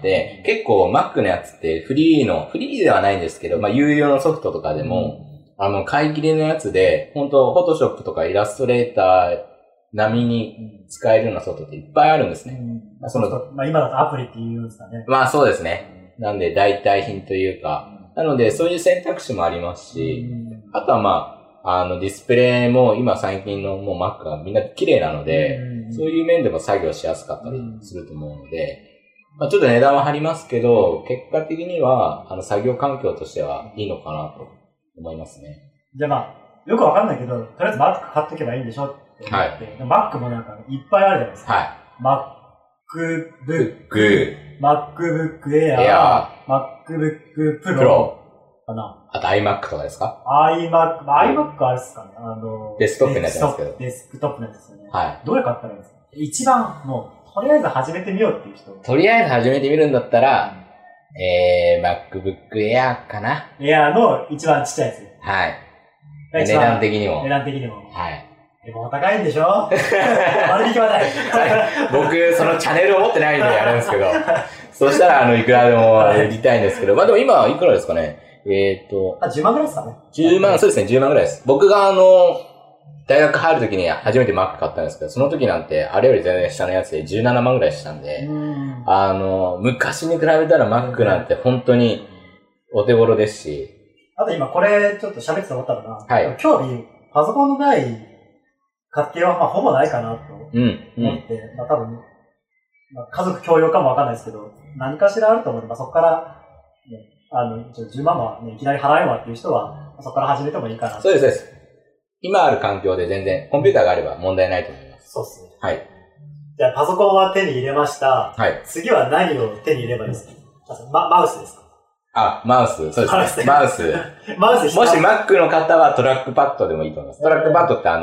結構 Mac のやつってフリーではないんですけど、有料のソフトとかでも、買い切りのやつで、本当フォトショップとかイラストレーター並みに使えるようなソフトっていっぱいあるんですね。 今だとアプリって言うんですかね。 そうですね。なんで代替品というか、なのでそういう選択肢もありますし、あとはディスプレイも今最近のもう Mac がみんな綺麗なので、そういう面でも作業しやすかったりすると思うので、ちょっと値段は張りますけど、結果的には作業環境としてはいいのかなと思いますね。 じゃあよくわかんないけど、とりあえず Mac 買っとけばいいんでしょって思って、Mac もなんかいっぱいあるじゃないですか。MacBook、MacBook Air、MacBook Pro かな。 あと iMac とかですか？ iMac あれですかね。 デスクトップのやつですけど。 デスクトップのやつですよね。 はい。 どれ買ったらいいですか？一番もうとりあえず始めてみようっていう人。 とりあえず始めてみるんだったら、MacBook Air かな。 エアーの一番ちっちゃいやつ。 はい。値段的にも。 値段的にも。 はい。 でもお高いんでしょ割引はない。 僕、そのチャンネルを持ってないんであれですけど、そしたら、いくらでも売りたいんですけど、まあでも今、いくらですかね。 10万ぐらいですかね。 10万、そうですね、10万ぐらいです。僕が大学入るときに初めて Mac 買ったんですけど、その時なんて、あれより全然下のやつで17万ぐらいしたんで、昔に比べたら Mac なんて本当にお手頃ですし。 あと今これちょっと喋ってて思ったのが、 はい。 興味、パソコンのない家庭はまあほぼないかなと思って、まあ多分、家族共用かもわかんないですけど、何かしらあると思うので、そこから、10万は、いきなり払えわっていう人は、そこから始めてもいいかな。 そうです、そうです。今ある環境で全然、コンピューターがあれば問題ないと思います。 そうですね。 はい。 じゃあパソコンは手に入れました。 はい。 次は何を手に入れればいいですか？マウスですか？ マウス、そうですね。マウス。もし Mac の方はトラックパッドでもいいと思います。トラックパッドって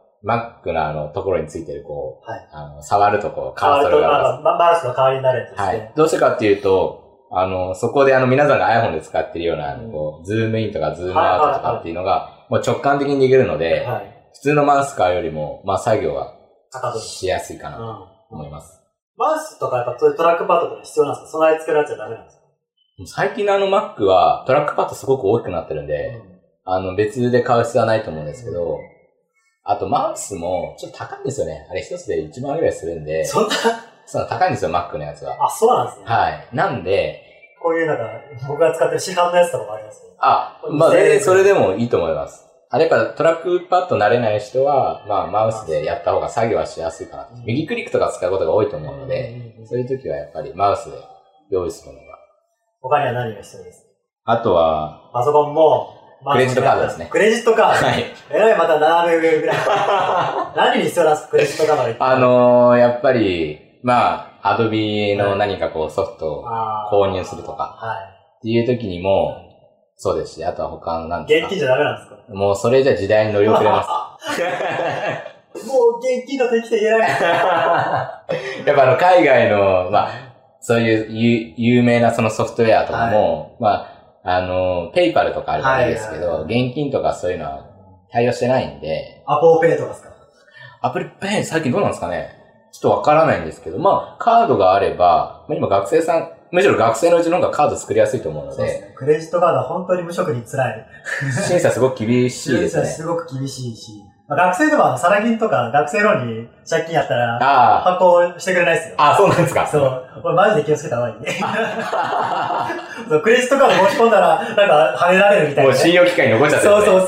Mac のところについてる触るとカーソルがマウスの代わりになるやつですね。はい。 どうしてかっていうと、そこで皆さんが iPhone で使ってるような、ズームインとかズームアウトとかっていうのが、もう直感的にできるので、普通のマウス買うよりも、作業はしやすいかなと思います。 マウスとかやっぱそういうトラックパッドとか必要なんですか？備え付けられちゃダメなんですか？ 最近のMac はトラックパッドすごく大きくなってるんで、別で買う必要はないと思うんですけど、あとマウスもちょっと高いんですよね。あれ一つで1万ぐらいするんで。 そんな高いんですよ、Mac のやつは。 あ、そうなんですね。 はい。なんで、 こういう僕が使ってる市販のやつとかもありますけど。 全然それでもいいと思います。やっぱトラックパッド慣れない人は、マウスでやった方が作業はしやすいかな。右クリックとか使うことが多いと思うので、そういう時はやっぱりマウスで用意するのが。 他には何が必要ですか？ あとは、 パソコンも、 クレジットカードですね。 クレジットカード。はい。また斜め上ぐらい。何に必要なんですか、クレジットカードやっぱり、アドビの何かソフトを購入するとか、っていう時にも、そうですし、あとは他の何ですか？ 現金じゃダメなんですか？ もうそれじゃ時代に乗り遅れます。 もう現金だと生きていけない。 やっぱ海外の、そういう有名なそのソフトウェアとかも、ペイパルとかあるからいいですけど、現金とかそういうのは対応してないんで。 アポーペイとかですか？ アプリペイ最近どうなんですかね？ちょっとわからないんですけど、カードがあれば、今学生さん、むしろ学生のうちの方がカード作りやすいと思うので。そうですね。 クレジットカードは本当に無職に辛い。 審査すごく厳しいですね。 審査すごく厳しいし。学生でもサラ金とか学生ローンに借金やったら、発行してくれないですよ。 そうなんですか？ そう。これマジで気をつけた方がいいね。クレジットカード申し込んだら、跳ねられるみたいな、 もう信用機会に残っちゃってる、ね。 そう。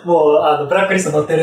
もう、ブラックリスト載ってる。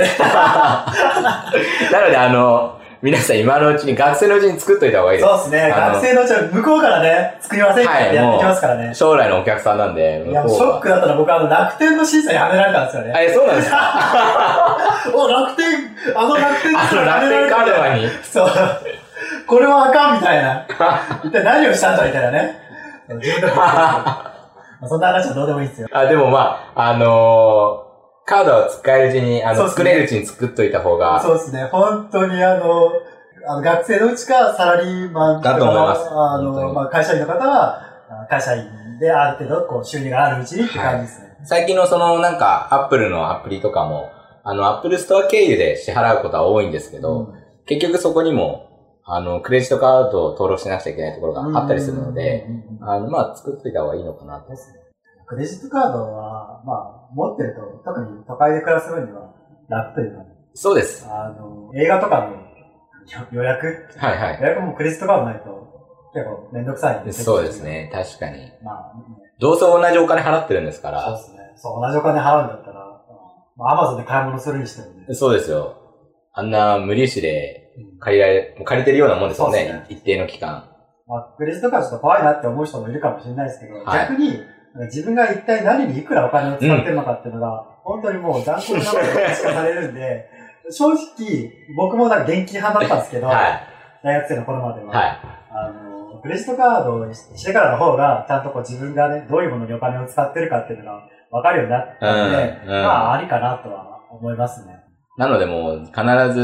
なので、皆さん今のうちに、学生のうちに作っといた方がいいです。 そうですね。学生のうちは向こうからね、作りませんってやってきますからね。 将来のお客さんなんで。 いや、ショックだったら僕楽天の審査にはめられたんですよね。 そうなんですか？ 楽天楽天カードマンに。 そう。これはあかんみたいな。一体何をしたんだみたいなね。自分でそんな話はどうでもいいですよ。 でもカードを使えるうちに、作れるうちに作っといた方が。 そうですね。本当に学生のうちかサラリーマンだと思います。 会社員の方は、会社員である程度、収入があるうちにって感じですね。 最近のアップルのアプリとかも、アップルストア経由で支払うことは多いんですけど、結局そこにも、クレジットカードを登録しなくちゃいけないところがあったりするので、作っといた方がいいのかなと。 クレジットカードは、持ってると、特に都会で暮らす分には楽というか、 そうです。 映画とかの予約予約もクレジットカードないと結構めんどくさいんで。 そうですね、確かに。どうせ同じお金払ってるんですから。 そうですね。そう、同じお金払うんだったら、アマゾンで買い物するにしてもね。 そうですよ。あんな無利子で借りてるようなもんですよね、一定の期間。 クレジットカードちょっと怖いなって思う人もいるかもしれないですけど、逆に、自分が一体何にいくらお金を使ってるのかっていうのが、本当にもう残酷なことが可視化されるんで、正直、僕も現金派だったんですけど、大学生の頃までは、クレジットカードをしてからの方が、ちゃんと自分がね、どういうものにお金を使ってるかっていうのが分かるようになったので、ありかなとは思いますね。 なのでもう、必ず、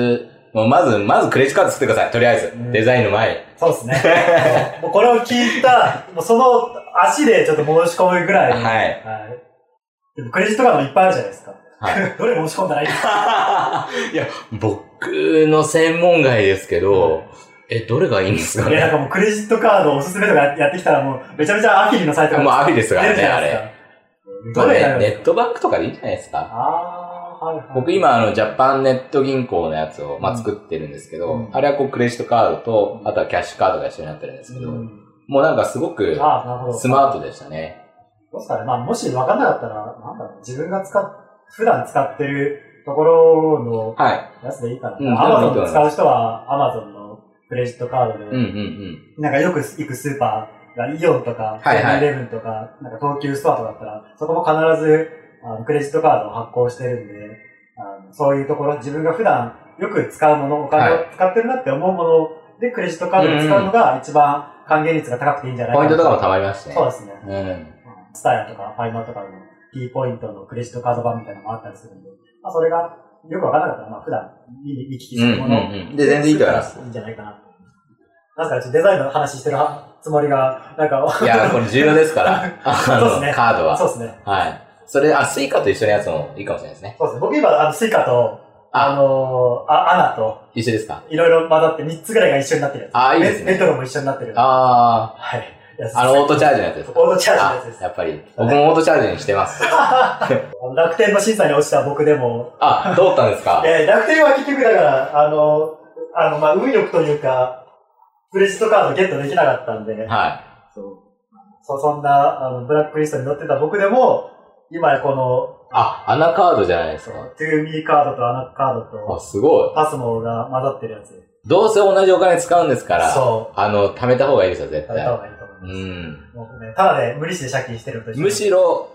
もうまずクレジットカード作ってください。とりあえず。デザインの前に。 そうですね。もうこれを聞いた、もうその足でちょっと申し込むぐらいに。 はい。はい。 でもクレジットカードもいっぱいあるじゃないですか。 はい。 どれ申し込んだらいいですか？ いや、僕の専門外ですけど、どれがいいんですかね？ いや、なんかもうクレジットカードおすすめとかやってきたらもうめちゃめちゃアフィリのサイトがもうアフィリですからね、あれ。 どれネットバンクとかでいいんじゃないですか。 はいはい。 僕今ジャパンネット銀行のやつを、作ってるんですけど、あれはクレジットカードと、あとはキャッシュカードが一緒になってるんですけど、もうなんかすごくスマートでしたね。 どうですかね。もし分かんなかったら、なんだろう、自分が普段使ってるところのやつでいいかな。アマゾン使う人はアマゾンのクレジットカードで、なんかよく行くスーパーがイオンとか、セブンイレブンとか、なんか東急ストアとかだったら、そこも必ずクレジットカードを発行してるんで、そういうところ、自分が普段よく使うもの、お金を使ってるなって思うものでクレジットカードを使うのが一番還元率が高くていいんじゃないかな。 ポイントとかもたまりましたね。 そうですね。スタヤとかファイマとかの T ポイントのクレジットカード版みたいなのもあったりするんで、それがよくわからなかったら、普段見聞きするもので全然いいと思います。 いいんじゃないかな。なんかちょっとデザインの話してるつもりが、なんか。 いや、これ重要ですから。 そうですね。 カードは。 そうですね。 はい。それ、スイカと一緒のやつもいいかもしれないですね。 そうですね。僕今、スイカと、アナと。 一緒ですか？ いろいろ混ざって3つぐらいが一緒になってるやつ。 いいですね。 メトロも一緒になってる。 はい。オートチャージのやつですか？ オートチャージのやつです。 やっぱり。僕もオートチャージにしてます。 楽天の審査に落ちた僕でも。 どうったんですか？ 楽天は結局だから、運よくというか、クレジットカードゲットできなかったんで。 はい。 そんな、ブラックリストに載ってた僕でも、今この、 アナカードじゃないですか。 トゥーミーカードとアナカードと、 すごい。 パスモが混ざってるやつ。 どうせ同じお金使うんですから、 そう。 貯めた方がいいですよ、絶対。 貯めた方がいいと思います。もうね、ただで無利子で借金してるとむしろ、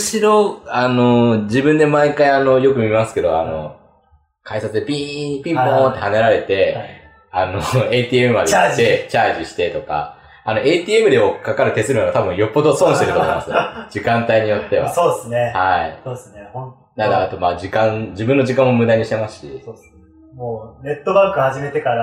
自分で毎回よく見ますけど、改札でピンポーンって跳ねられて、ATM まで行って、チャージしてとか、ATM でかかる手数料が多分よっぽど損してると思います。時間帯によっては。 そうですね。 はい。 そうですね。 だからあと自分の時間も無駄にしてますし。 そうですね。もう、ネットバンク始めてから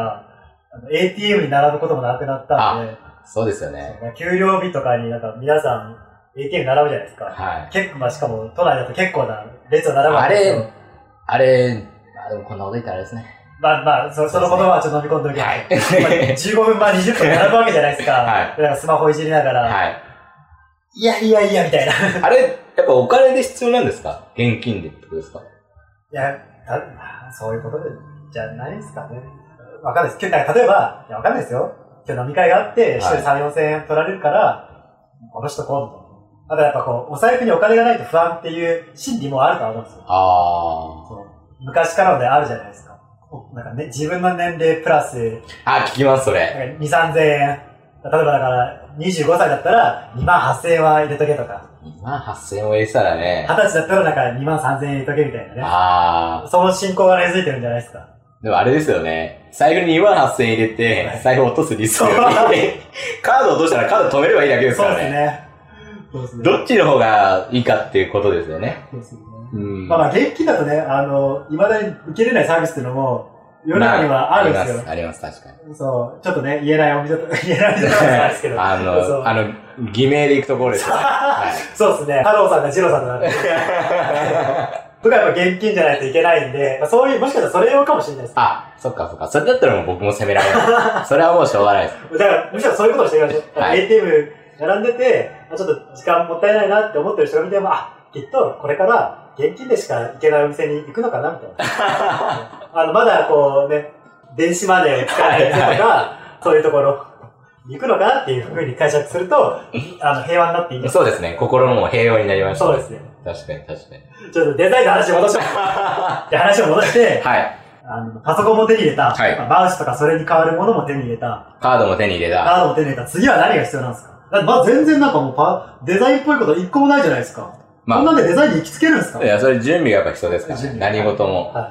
、ATM に並ぶこともなくなったんで。 そうですよね。 給料日とかに皆さん ATM 並ぶじゃないですか。 はい。 結構、しかも都内だと結構な列を並ぶわけですよ。 でもこんなこと言ったらあれですね。 その言葉はちょっと飲み込んでおきます。はい。15分20分並ぶわけじゃないですか。はい。だからスマホいじりながら。はい。いや、みたいな。 あれ、やっぱお金で必要なんですか？現金でってことですか？ いや、そういうことじゃないですかね。わかんないです。例えば、わかんないですよ。今日飲み会があって、1人3、4千円取られるから、この人こうみたいな。ただやっぱお財布にお金がないと不安っていう心理もあると思うんですよ。昔からのであるじゃないですか。なんかね、自分の年齢プラス。 聞きます、それ。 2、3千円。例えばだから、25歳だったら、2万8千円は入れとけとか。 2万8千円を入れてたらね。 20歳だったらなんか2万3千円入れとけみたいなね。その進行が根付いてるんじゃないですか。 でもあれですよね。財布に2万8千円入れて、財布落とすリスクより、カード落としたらカード止めればいいだけですからね。そうですね。どっちの方がいいかっていうことですよね。そうですね。現金だとね、未だに受けれないサービスっていうのも、世の中にはあるんですよ。 あります、確かに。 そう。ちょっとね、言えないお店とか、言えないお店とかなんですけど。 偽名で行くところですよね。 そうですね。太郎さんが二郎さんとなって。僕はやっぱ現金じゃないといけないんで、そういう、もしかしたらそれ用かもしれないです。 そっか。それだったらもう僕も責められない。それはもうしょうがないです。 だから、むしろそういうことをしてください。ATM 並んでて、ちょっと時間もったいないなって思ってる人が見ても、きっとこれから現金でしか行けないお店に行くのかなみたいな。まだ電子マネーを使える店とか、そういうところに行くのかなっていうふうに解釈すると、平和になっていいです。 そうですね。心も平和になりました。 そうですね。 確かに。 ちょっとデザインの話を戻して、話を戻して、はい。パソコンも手に入れた。はい。マウスとかそれに代わるものも手に入れた。 カードも手に入れた。 次は何が必要なんですか？全然なんかもうデザインっぽいこと一個もないじゃないですか。こんなんでデザインに行きつけるんですか？ いや、それ準備がやっぱ必要ですからね。何事も。はい。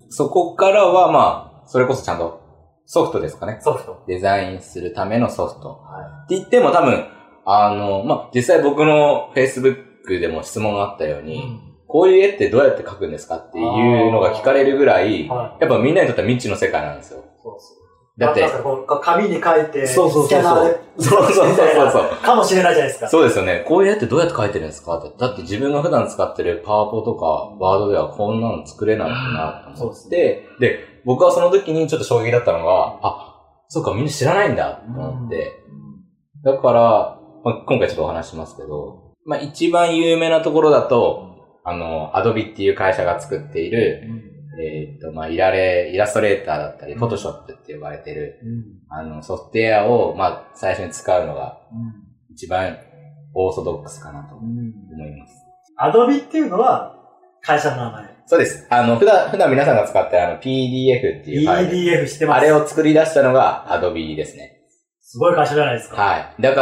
そこからはそれこそちゃんとソフトですかね。 ソフト。 デザインするためのソフト。はい。って言っても多分、実際僕の Facebook でも質問があったように、 こういう絵ってどうやって描くんですかっていうのが聞かれるぐらい、やっぱみんなにとっては未知の世界なんですよ。 そうそう。 だって、 紙に書いて、 そう。 かもしれないじゃないですか。 そうですよね。こういう絵ってどうやって描いてるんですかって。だって自分が普段使ってるパワポとかワードではこんなの作れないなと思って、で、僕はその時にちょっと衝撃だったのが、そうか、みんな知らないんだと思って。だから、今回ちょっとお話しますけど、一番有名なところだと、Adobe っていう会社が作っている、イラストレーターだったり、フォトショップって呼ばれてる、ソフトウェアを、最初に使うのが、一番オーソドックスかなと思います。 Adobe っていうのは、会社の名前。 そうです。普段皆さんが使ってるPDF っていうファイル。 PDF してます。 あれを作り出したのが Adobe ですね。 すごい会社じゃないですか。 はい。だから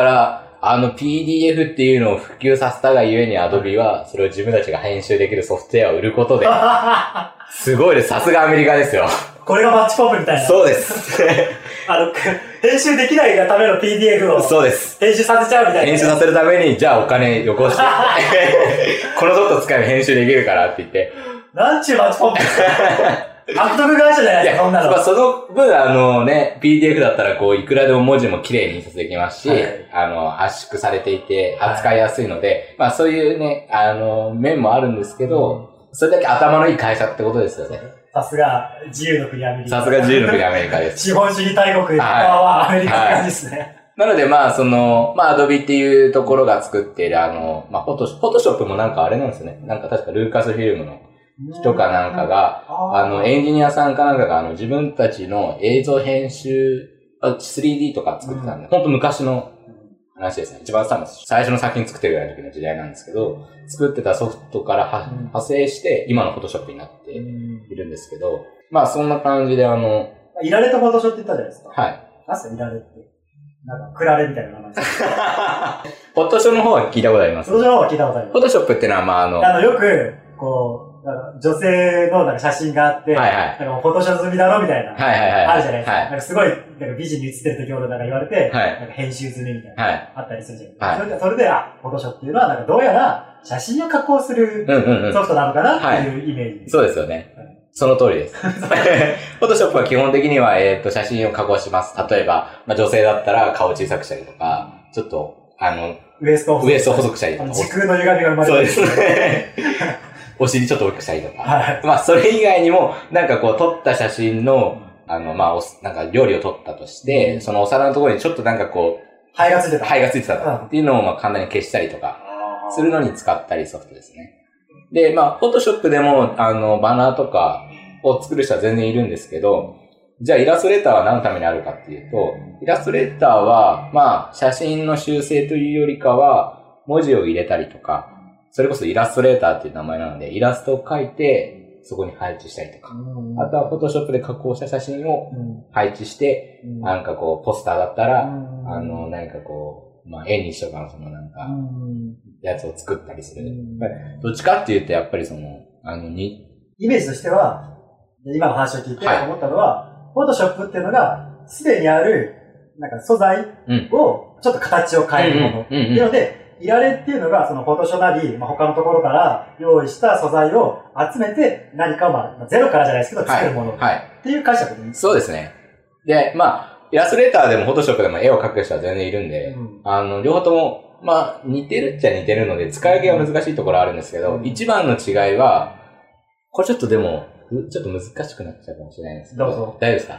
、PDF っていうのを普及させたがゆえに Adobe は、それを自分たちが編集できるソフトウェアを売ることで、すごいです。さすがアメリカですよ。 これがマッチポンプみたいな。 そうです。 編集できないがための PDF を。 そうです。 編集させちゃうみたいな。 編集させるために、じゃあお金よこして。このソフト使えば編集できるからって言って。 なんちゅうマッチポンプ悪徳会社じゃないですか、そんなの。 その分、PDF だったら、いくらでも文字も綺麗に印刷できますし、圧縮されていて、扱いやすいので、そういうね、面もあるんですけど、それだけ頭のいい会社ってことですよね。 さすが、自由の国アメリカ。 さすが自由の国アメリカです。 資本主義大国はアメリカ感じですね。 なので、Adobe っていうところが作っている、フォトショップもなんかあれなんですよね。なんか確かルーカスフィルムの人かなんかが、エンジニアさんかなんかが、自分たちの映像編集、3D とか作ってたんで、ほんと昔の話ですね。一番最初の作品作ってるぐらいの時の時代なんですけど、作ってたソフトから派生して、今のフォトショップになっているんですけど、そんな感じでいられとフォトショップって言ったじゃないですか。 はい。 何すかいられって。なんか、クラレみたいな名前です。 フォトショーの方は聞いたことあります。 フォトショーの方は聞いたことあります。 フォトショップっていうのは、 よく、女性の写真があって、フォトショー済みだろみたいな、あるじゃないですか。なんかすごい、美人に写ってる時ほどなんか言われて、なんか編集済みみたいな、あったりするじゃないですか。それで、フォトショーっていうのは、なんかどうやら写真を加工するソフトなのかなっていうイメージ。 そうですよね。その通りです。フォトショップは基本的には、写真を加工します。例えば、女性だったら顔小さくしたりとか、ちょっと、 ウエストを細くしたりとか。 時空の歪みが生まれる。 そうですね。お尻ちょっと大きくしたりとか。それ以外にも、なんか撮った写真の、なんか料理を撮ったとして、そのお皿のところにちょっとなんか灰がついてたっていうのを簡単に消したりとか、するのに使ったりソフトですね。で、フォトショップでも、バナーとかを作る人は全然いるんですけど、じゃあイラストレーターは何のためにあるかっていうと、イラストレーターは、写真の修正というよりかは、文字を入れたりとか、それこそイラストレーターっていう名前なので、イラストを描いて、そこに配置したりとか、あとはフォトショップで加工した写真を配置して、なんかポスターだったら、何か絵にしとかのやつを作ったりする。どっちかっていうと、やっぱりイメージとしては、今の話を聞いて思ったのは、フォトショップっていうのが、すでにある、なんか素材を、ちょっと形を変えるもの。っていうので、いられっていうのが、そのフォトショーなり、他のところから用意した素材を集めて、何かをゼロからじゃないですけど、作るもの。っていう解釈でいいですか？ そうですね。で、イラストレーターでもフォトショップでも絵を描く人は全然いるんで、両方とも、似てるっちゃ似てるので、使い分けが難しいところあるんですけど、一番の違いは、これちょっとでも、ちょっと難しくなっちゃうかもしれないんですけど。 どうぞ。 大丈夫ですか？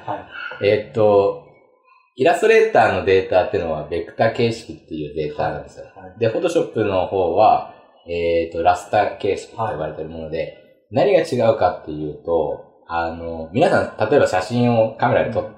イラストレーターのデータっていうのは、ベクタ形式っていうデータなんですよ。で、フォトショップの方は、ラスター形式と呼ばれているもので、何が違うかっていうと、皆さん、例えば写真をカメラで撮って、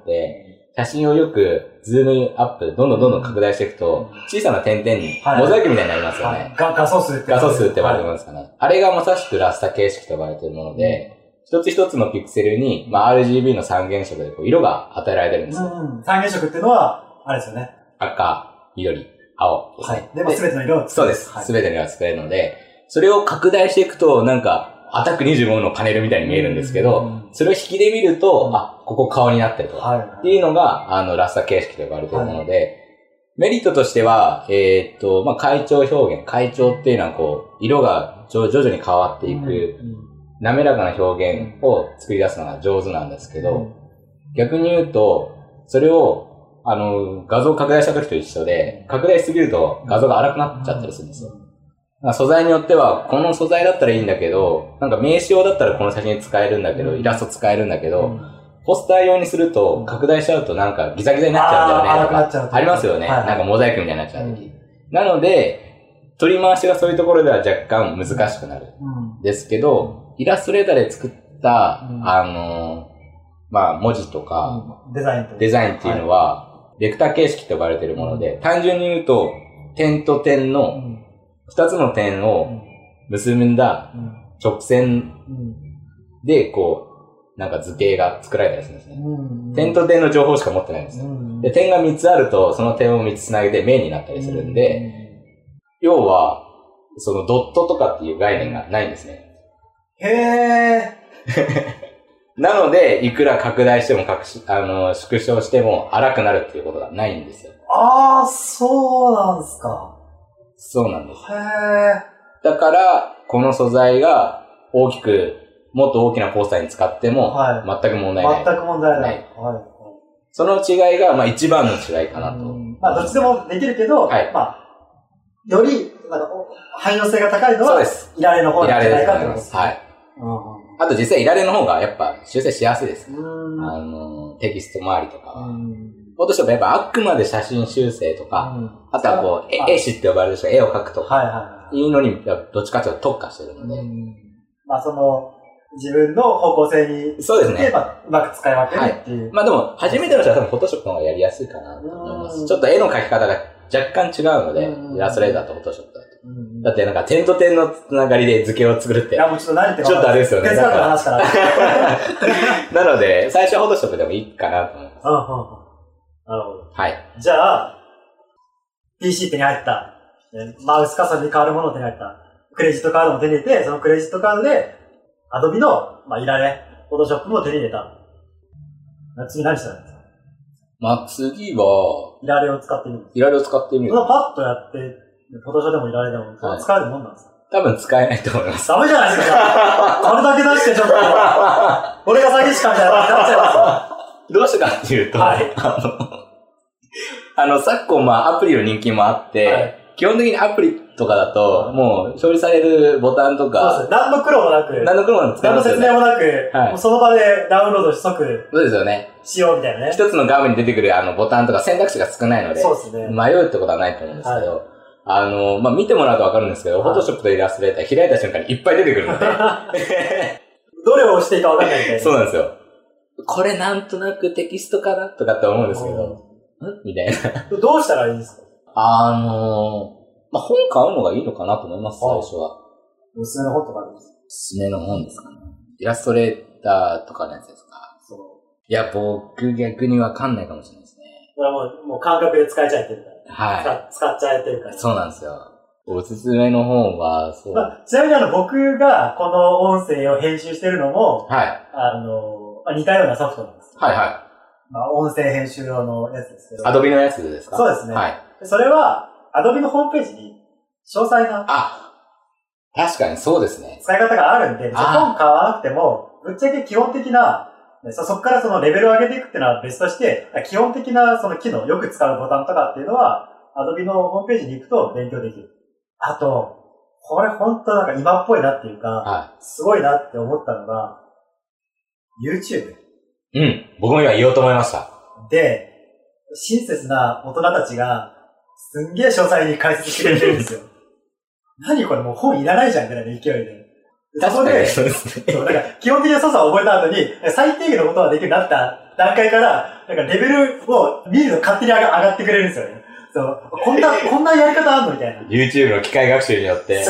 写真をよくズームアップ、どんどん拡大していくと、小さな点々に、モザイクみたいになりますよね。 画素数って呼ばれてますかね。あれがまさしくラスター形式と呼ばれているもので、一つ一つのピクセルに、RGB の三原色で色が与えられてるんですよ。 三原色っていうのは、あれですよね。 赤、緑、青ですね。 で、全ての色をそうです。全ての色が作れるので、それを拡大していくと、なんか、アタック25のパネルみたいに見えるんですけど、それを引きで見ると、ここ顔になってるとか、っていうのが、ラスター形式と呼ばれているもので、 メリットとしては、まあ、階調表現。階調っていうのはこう、色が徐々に変わっていく、滑らかな表現を作り出すのが上手なんですけど、逆に言うと、それを、画像拡大した時と一緒で、拡大しすぎると画像が荒くなっちゃったりするんですよ。素材によっては、この素材だったらいいんだけど、なんか名刺用だったらこの写真使えるんだけど、イラスト使えるんだけど、ポスター用にすると、拡大しちゃうとなんかギザギザになっちゃうんだよね。とかありますよね。なんかモザイクみたいになっちゃう時。なので、取り回しがそういうところでは若干難しくなる。ですけど、イラストレーターで作った、まあ、文字とか、デザインっていうのは、ベクター形式と呼ばれているもので、単純に言うと、点と点の、二つの点を結んだ直線で、こう、なんか図形が作られたりするんですね。点と点の情報しか持ってないんですよ。で、点が3つあると、その点を3つ繋げて面になったりするんで、要は、そのドットとかっていう概念がないんですね。 へー。 なので、いくら拡大しても縮小しても荒くなるっていうことがないんですよ。 あー、そうなんすか。 そうなんです。 へー。 だから、この素材がもっと大きなポスターに使っても、全く問題ない。 全く問題ない。 その違いが、まあ一番の違いかなと。 まあどっちでもできるけど、まあ、より、汎用性が高いのは、いられの方なんじゃないかと思います。はい。あと実際いられの方がやっぱ修正しやすいです。テキスト周りとかは。フォトショップやっぱあくまで写真修正とか、あとはこう、絵師って呼ばれる人が絵を描くとか、いいのにどっちかというと特化してるので。 まあその、自分の方向性に、 そうですね。 うまく使い分けるっていう。 まあでも、初めての人は多分フォトショップの方がやりやすいかなと思います。ちょっと絵の描き方が若干違うので、イラストレーターとフォトショップだと。だってなんか点と点のつながりで図形を作るって。 いやもうちょっと何言ってちょっとあれですよね。 手伝った話から。 なので、最初はフォトショップでもいいかなと思います。 なるほど。 はい。 じゃあ、PC 手に入った。マウスカーソルに変わるものを手に入った。クレジットカードも手に入れて、そのクレジットカードで、Adobe の、まあ、いられ、フォトショップも手に入れた。次何したんですか？ まあ、次は、 いられを使ってみる。 いられを使ってみる。 そのパッとやって、フォトショーでもいられでも、使えるもんなんですか？ 多分使えないと思います。 ダメじゃないですか。これだけ出してちょっと、俺が詐欺師かみたいな感じになっちゃいますよ。 どうしてかっていうと、昨今、まあ、アプリの人気もあって、基本的にアプリとかだと、もう、表示されるボタンとか、 そうです。何の苦労もなく、 何の苦労も何の説明もなく、もうその場でダウンロードし即、 そうですよね。 しようみたいなね。 一つの画面に出てくるボタンとか選択肢が少ないので、 そうですね。 迷うってことはないと思うんですけど、まあ、見てもらうとわかるんですけど、フォトショップとイラストレーター開いた瞬間にいっぱい出てくるので、 どれを押していいかわかんないみたいな。 そうなんですよ。これなんとなくテキストかなとかって思うんですけど、みたいな。 どうしたらいいんですか？ まあ、本買うのがいいのかなと思います、最初は。 おすすめの本とかあるんですか？ おすすめの本ですかね。イラストレーターとかのやつですか？そう。いや、僕逆にわかんないかもしれないですね。 これはもう感覚で使えちゃえてるから。 はい。 使っちゃえてるから。 そうなんですよ。おすすめの本は、そう。 まあ、ちなみに僕がこの音声を編集してるのも、 はい。 似たようなソフトなんです。 はいはい。 まあ、音声編集用のやつですけど。 Adobe のやつですか？ そうですね。 はい。 それは、Adobe のホームページに、詳細な。 確かにそうですね。 使い方があるんで、本買わなくても、ぶっちゃけ基本的な、そこからそのレベルを上げていくっていうのは別として、基本的なその機能、よく使うボタンとかっていうのは、Adobe のホームページに行くと勉強できる。あと、これ本当なんか今っぽいなっていうか、すごいなって思ったのが、YouTube。 うん。僕も今言おうと思いました。 で、親切な大人たちが、すんげえ詳細に解説してくれてるんですよ。何これもう本いらないじゃんぐらいの勢いで。 確かにそうですね。 そう、だから基本的な操作を覚えた後に、最低限のことができるようになった段階から、なんかレベルを見るの勝手に上がってくれるんですよね。そう。こんなやり方あんのみたいな。 YouTube の機械学習によって。 そう。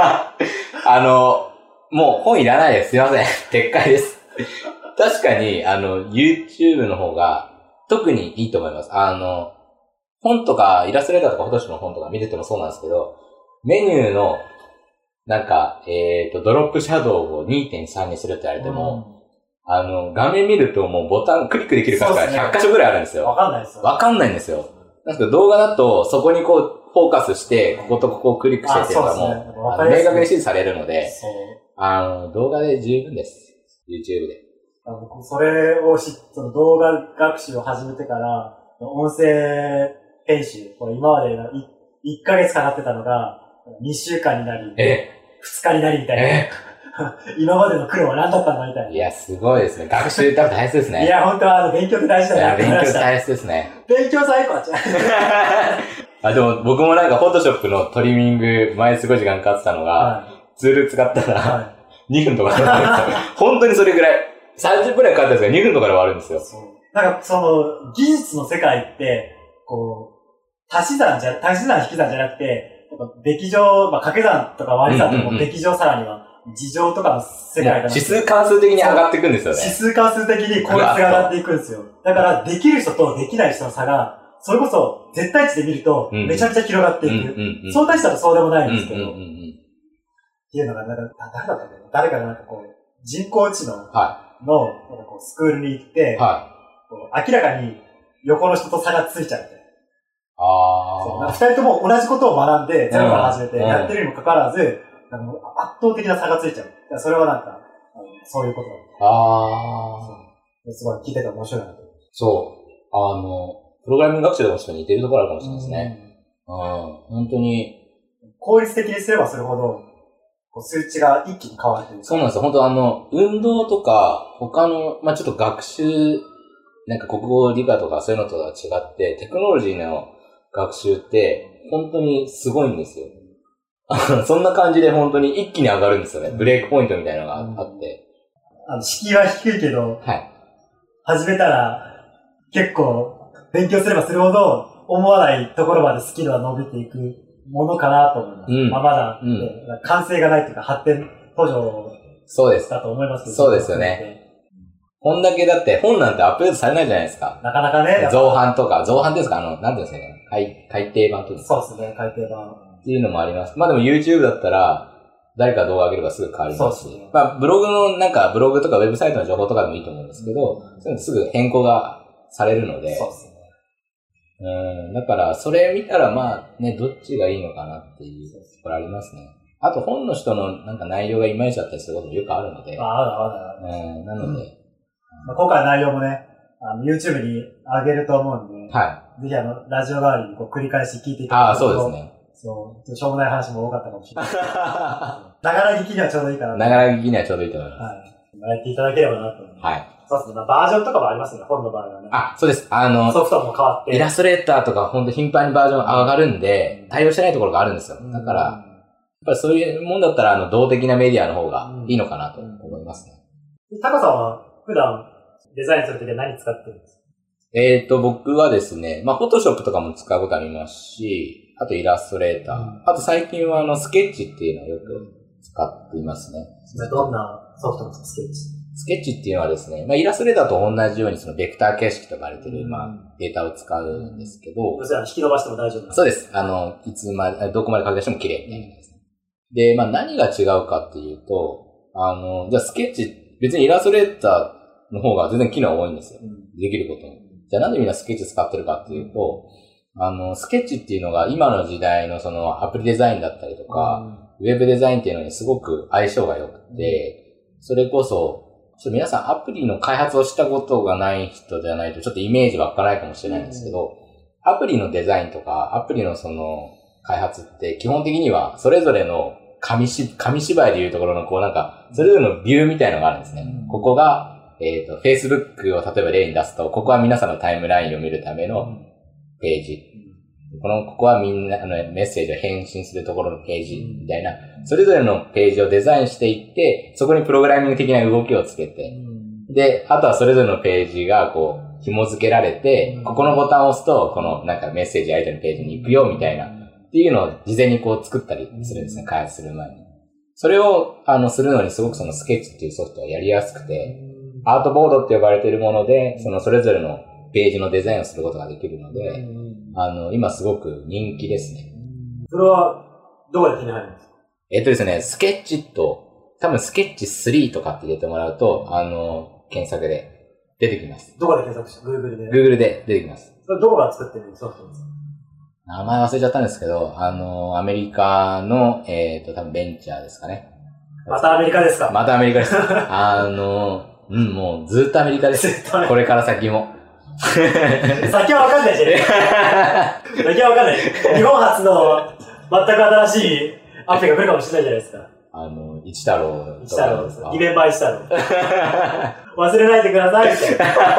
もう本いらないです。すいません。撤回です。確かに、YouTube の方が特にいいと思います。本とか、イラストレーターとかフォトショップの本とか見ててもそうなんですけど、メニューの、なんか、ドロップシャドウを 2.3 にするって言われても、画面見るともうボタンクリックできる箇所が100箇所ぐらいあるんですよ。 わかんないですよ。 わかんないんですよ。 なんか動画だと、そこにこう、フォーカスして、こことここをクリックしてっていうのがもう、明確に指示されるので、動画で十分です。YouTube で。 それをその動画学習を始めてから、音声編集、これ今まで1ヶ月かかってたのが、2週間になり、2日になりみたいな。今までの苦労は何だったんだみたいな。 いや、すごいですね。学習多分大切ですね。 いや、本当勉強って大事だね。 いや、勉強大切ですね。 勉強最高だっちゃう。でも僕もなんか、フォトショップのトリミング、前すごい時間かかってたのが、ツール使ったら、2分とかで終わるんですよ。本当にそれぐらい。30分くらいかかったんですが、2分とかで終わるんですよ。 なんか、その、技術の世界って、こう、足し算引き算じゃなくて、べき乗、掛け算とか割り算とかべき乗さらには、事情とかの世界が。 指数関数的に上がっていくんですよね。 指数関数的に効率が上がっていくんですよ。だから、できる人とできない人の差が、それこそ絶対値で見ると、めちゃめちゃ広がっていく。相対値だとそうでもないんですけど。っていうのが、なんか、誰だったっけな、誰かがなんかこう、人工知能の、なんかこうスクールに行って、明らかに横の人と差がついちゃうみたいな。二人とも同じことを学んで、ゼロから始めてやってるにもかかわらず、圧倒的な差がついちゃう。それはなんか、そういうことだ。すごい聞いてて面白いなと。 そう。プログラミング学習でも似てるところあるかもしれないですね。本当に。 効率的にすればするほど、数値が一気に変わるというか。 そうなんですよ。本当運動とか、他の、ちょっと学習、なんか国語理科とかそういうのとは違って、テクノロジーの学習って、本当にすごいんですよ。そんな感じで本当に一気に上がるんですよね。ブレイクポイントみたいなのがあって。 敷居は低いけど、始めたら、結構、勉強すればするほど、思わないところまでスキルは伸びていくものかなと思います。まだ、完成がないというか、発展途上だと思いますけど。 そうですよね。こんだけだって、本なんてアップデートされないじゃないですか。 なかなかね。 造版とか、造版っていうんですか、なんていうんですかね。改訂版とか。 そうですね、改訂版。 っていうのもあります。でも YouTube だったら、誰か動画上げればすぐ変わりますし。ブログのブログとかウェブサイトの情報とかでもいいと思うんですけど、そういうのすぐ変更がされるので。 そうですね。 だから、それ見たらどっちがいいのかなっていうところありますね。あと本の人の内容がいまいちだったりすることもよくあるので。なので。 今回の内容もね、YouTube に上げると思うんで、ぜひラジオ代わりに繰り返し聞いていただけると。 そうですね。 そう、しょうもない話も多かったかもしれない。ながら聞きにはちょうどいいかな。 ながら聞きにはちょうどいいと思います。 やっていただければなと思います。そうですね。バージョンとかもありますね、本の場合はね。 そうです。 ソフトも変わって。 イラストレーターとかほんと頻繁にバージョン上がるんで、対応してないところがあるんですよ。だから、やっぱりそういうもんだったら、動的なメディアの方がいいのかなと思いますね。 タカさんは普段デザインするときは何使ってるんですか？ 僕はですね、フォトショップとかも使うことありますし、あとイラストレーター。あと最近はスケッチっていうのをよく使っていますね。 どんなソフトですか、スケッチ？ スケッチっていうのはですね、イラストレーターと同じようにベクター形式と呼ばれている、データを使うんですけど。 要するに引き伸ばしても大丈夫なんですか？ そうです。どこまで書き出しても綺麗みたいなですね。で、何が違うかっていうと、じゃあスケッチ、別にイラストレーターの方が全然機能多いんですよ。できることも。じゃあなんでみんなスケッチ使ってるかっていうと、スケッチっていうのが今の時代のアプリデザインだったりとか、ウェブデザインっていうのにすごく相性が良くて、それこそ、皆さんアプリの開発をしたことがない人じゃないとちょっとイメージ湧かないかもしれないんですけど、アプリのデザインとか、アプリの開発って基本的にはそれぞれの紙芝居でいうところのそれぞれのビューみたいのがあるんですね。ここが、Facebook を例えば例に出すと、ここは皆さんのタイムラインを見るためのページ。ここはみんなメッセージを返信するところのページみたいな、それぞれのページをデザインしていって、そこにプログラミング的な動きをつけて、で、あとはそれぞれのページが紐付けられて、ここのボタンを押すと、メッセージ相手のページに行くよみたいな、っていうのを事前に作ったりするんですね、開発する前に。それを、するのにすごくスケッチっていうソフトはやりやすくて、アートボードって呼ばれているもので、それぞれのページのデザインをすることができるので、今すごく人気ですね。 それは、どこで手に入るんですか？ ですね、スケッチと、多分スケッチ3とかって入れてもらうと、検索で出てきます。 どこで検索して？ Google で。 Google で出てきます。 それどこが作ってるソフトですか？ 名前忘れちゃったんですけど、アメリカの、多分ベンチャーですかね。 またアメリカですか？ またアメリカです。もうずっとアメリカです。これから先も。 先はわかんないしね。先はわかんない。日本初の全く新しいアプリが来るかもしれないじゃないですか。 一太郎。 一太郎です。リメンバー一太郎。忘れないでくださいみ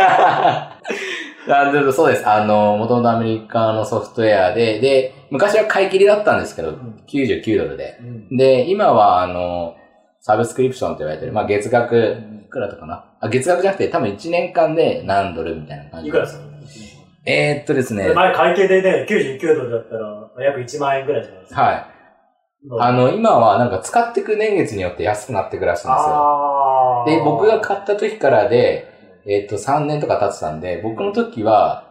たいな。 そうです。もともとアメリカのソフトウェアで、昔は買い切りだったんですけど、99ドルで。で、今はサブスクリプションと言われてる、まあ月額、いくらだったかな？月額じゃなくて多分1年間で何ドルみたいな感じ。 いくらですか？ ですね。 前会計でね、99ドルだったら約1万円くらいじゃないですか。 はい。今はなんか使っていく年月によって安くなっていくらしいんですよ。で、僕が買った時からで、3年とか経ってたんで、僕の時は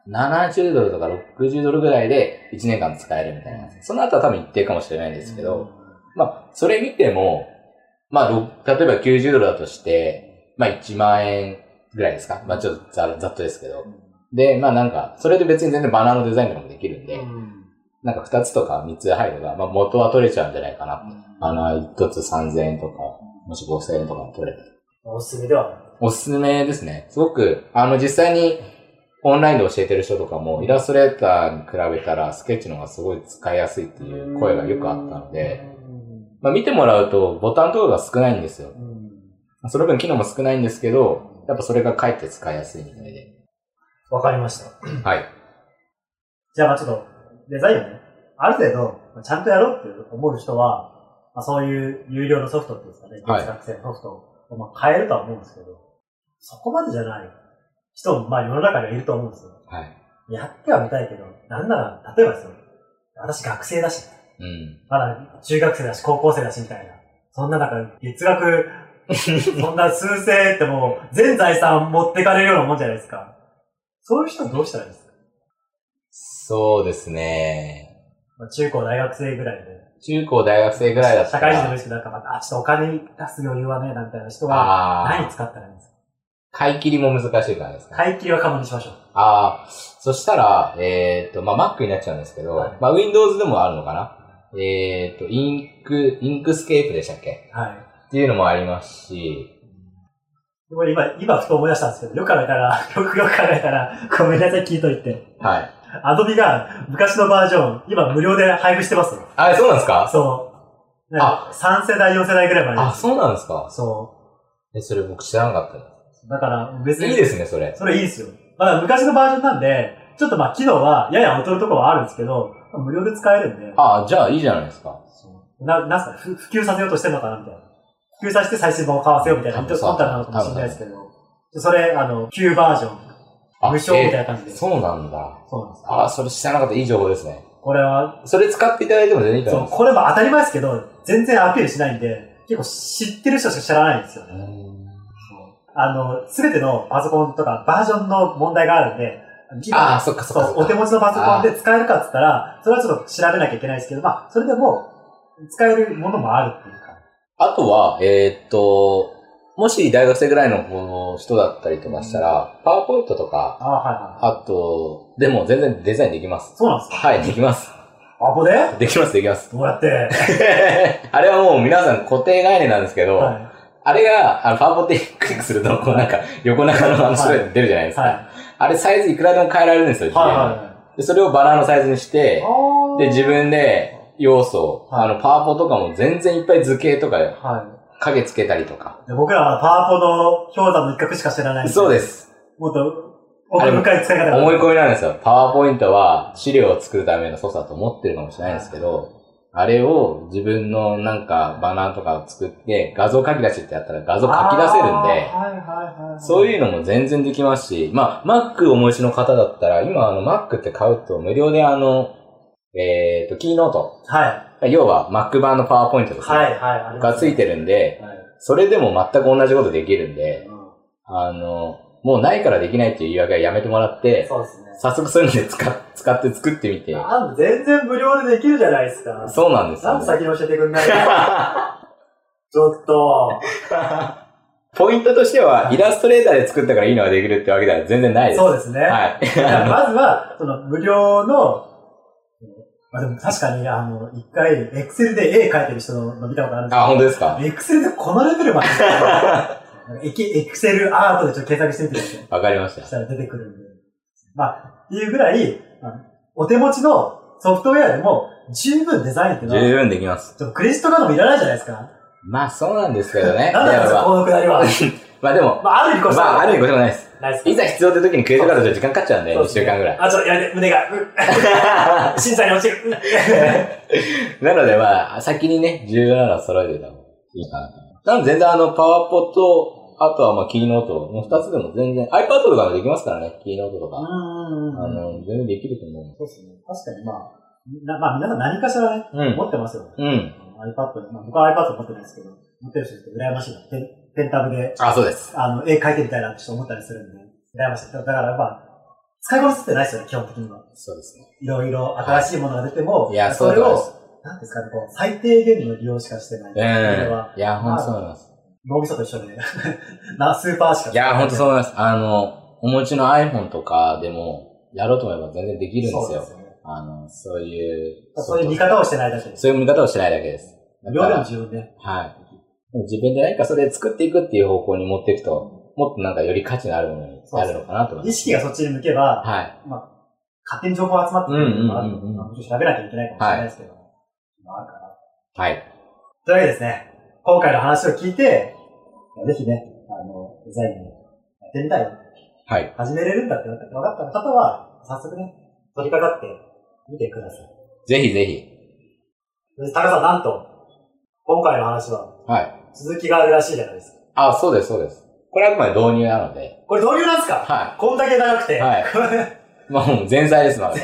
70ドルとか60ドルぐらいで1年間使えるみたいな。その後は多分一定かもしれないんですけど、まあ、それ見ても、まあ、例えば90ドルだとして、まあ1万円ぐらいですか？まあちょっとざっとですけど。で、まあなんか、それで別に全然バナーのデザインとかもできるんで、なんか2つとか3つ入れば、まあ元は取れちゃうんじゃないかな。1つ3000円とか、もし5000円とかも取れる。 おすすめではない？ おすすめですね。すごく、実際にオンラインで教えてる人とかも、イラストレーターに比べたらスケッチの方がすごい使いやすいっていう声がよくあったので、まあ見てもらうとボタンとかが少ないんですよ。その分機能も少ないんですけど、やっぱそれがかえって使いやすいみたいで。 わかりました。 はい。 じゃあまあちょっと、デザインをね、ある程度、ちゃんとやろうって思う人は、まあ、そういう有料のソフトっていうんですかね、月額制のソフトをまあ変えるとは思うんですけど、そこまでじゃない人もまあ世の中にはいると思うんですよ。 はい。 やってはみたいけど、なんなら、例えばですよ、私学生だし、まだ中学生だし、高校生だしみたいな。そんな中、月額、そんな数千円ってもう、全財産持ってかれるようなもんじゃないですか。そういう人はどうしたらいいですか？ そうですね。 中高大学生ぐらいで。 中高大学生ぐらいだったら。 社会人でもいいですけど、なんかまた、ちょっとお金出す余裕はね、みたいな人は、何使ったらいいんですか？ 買い切りも難しいからですか？ 買い切りは可能にしましょう。 そしたら、まあ、Mac になっちゃうんですけど、まあ、Windows でもあるのかな？インクスケープでしたっけ？ はい。 っていうのもありますし、 今ふと思い出したんですけど、よく考えたら、ごめんなさい、聞いといて。 はい。 アドビが昔のバージョン、今無料で配布してますよ。 そうなんですか？ そう。3世代、4世代ぐらいまで。 そうなんですか？ そう。 それ僕知らなかったです。 だから別に。 いいですね、それ。 それいいですよ。まだ昔のバージョンなんで、ちょっとまあ機能はやや劣るところはあるんですけど、無料で使えるんで。 じゃあいいじゃないですか。 なんすかね、普及させようとしてるのかなみたいな。普及させて最新版を買わせようみたいな。ちょっとコンタなのかもしれないですけど。それ、旧バージョン。無償みたいな感じで。 そうなんだ。 そうなんです。 それ知らなかった。いい情報ですね。 これは。 それ使っていただいても全然いいと思います。 そう、これも当たり前ですけど、全然アピールしないんで、結構知ってる人しか知らないんですよね。すべてのパソコンとかバージョンの問題があるんで、 そっか。 お手持ちのパソコンで使えるかって言ったら、それはちょっと調べなきゃいけないですけど、まあ、それでも、使えるものもあるっていうか。 あとは、もし大学生ぐらいの人だったりとかしたら、パワーポイントとか、あと、でも全然デザインできます。 そうなんですか？ はい、できます。 ここでできます。 どうやってあれはもう皆さん固定概念なんですけど、あれが、パワポってクリックすると、こうなんか、横長のスライド出るじゃないですか。あれサイズいくらでも変えられるんですよ、でそれをバナーのサイズにして、で、自分で要素、パワポとかも全然いっぱい図形とか、影つけたりとか。 僕らはパワポの氷山の一角しか知らない。 そうです。 もっと、奥深い使い方が。 思い込みなんですよ。パワーポイントは資料を作るための操作だと思ってるかもしれないですけど、あれを自分のなんかバナーとかを作って画像書き出しってやったら画像書き出せるんで、そういうのも全然できますし、まあ、Mac お持ちの方だったら、今Mac って買うと無料でキーノート。要は Mac 版のパワーポイントですね。がついてるんで、それでも全く同じことできるんで、もうないからできないっていう言い訳はやめてもらって、 そうですね。 早速そういうので使って作ってみて。 全然無料でできるじゃないですか。 そうなんですよ、 なんで先に教えてくんないのちょっと。 ポイントとしては、イラストレーターで作ったからいいのができるってわけでは全然ないです。 そうですね。 はい。 まずは、その無料の、でも確かに、一回、エクセルで絵描いてる人の見たことあるんですけど。 本当ですか？ エクセルでこのレベルまで。エクセルアートでちょっと検索してみてください。 わかりました。 したら出てくるんで。っていうぐらい、お手持ちのソフトウェアでも十分デザインってのは。 十分できます。 クレジットカードもいらないじゃないですか。 そうなんですけどね。 なんなんですか、このくだりは。 でも。 ある意味こそ。 ある意味こそもないです。いざ必要って時にクレジットカードじゃ時間かかっちゃうんで、2週間ぐらい。 ちょっとやめて、胸が。審査に落ちる。 なので先にね、重要なのは揃えておいた方がいいかなと。なので全然パワポと、あとはキーノート、もう2つでも全然、iPad とかもできますからね、キーノートとか。全然できると思う。 そうですね。確かに皆さん何かしらね、持ってますよね。iPad、僕は iPad 持ってないですけど、持ってる人って羨ましいな。ペンタブで。 そうです。 絵描いてみたいなって思ったりするんで、羨ましい。だから使いこなせてないですよね、基本的には。 そうですね。 いろいろ新しいものが出ても、 それを、 なんですかね、最低限の利用しかしてない。 ほんとそうなんです。 脳みそと一緒で、スーパーしかしてない。 ほんとそうなんです。お持ちの iPhone とかでも、やろうと思えば全然できるんですよ。そういう見方をしてないだけです。 そういう見方をしてないだけです。 無料でも自分で。 はい。自分で何かそれで作っていくっていう方向に持っていくと、もっとより価値のあるものになるのかなと思います。 意識がそっちに向けば、勝手に情報が集まってくるのがあるのもちろん調べなきゃいけないかもしれないですけど、あるかな。 はい。 というわけでですね、今回の話を聞いて、ぜひね、デザインをやってみたいよ。 はい。 始めれるんだって分かった方は、早速ね、取り掛かってみてください。 ぜひぜひ。 タカさん、なんと、今回の話は、続きがあるらしいじゃないですか。 そうです、そうです。これはあくまで導入なので。 これ導入なんですか？ はい。 こんだけ長くて。 はい。もう前菜です、まだ。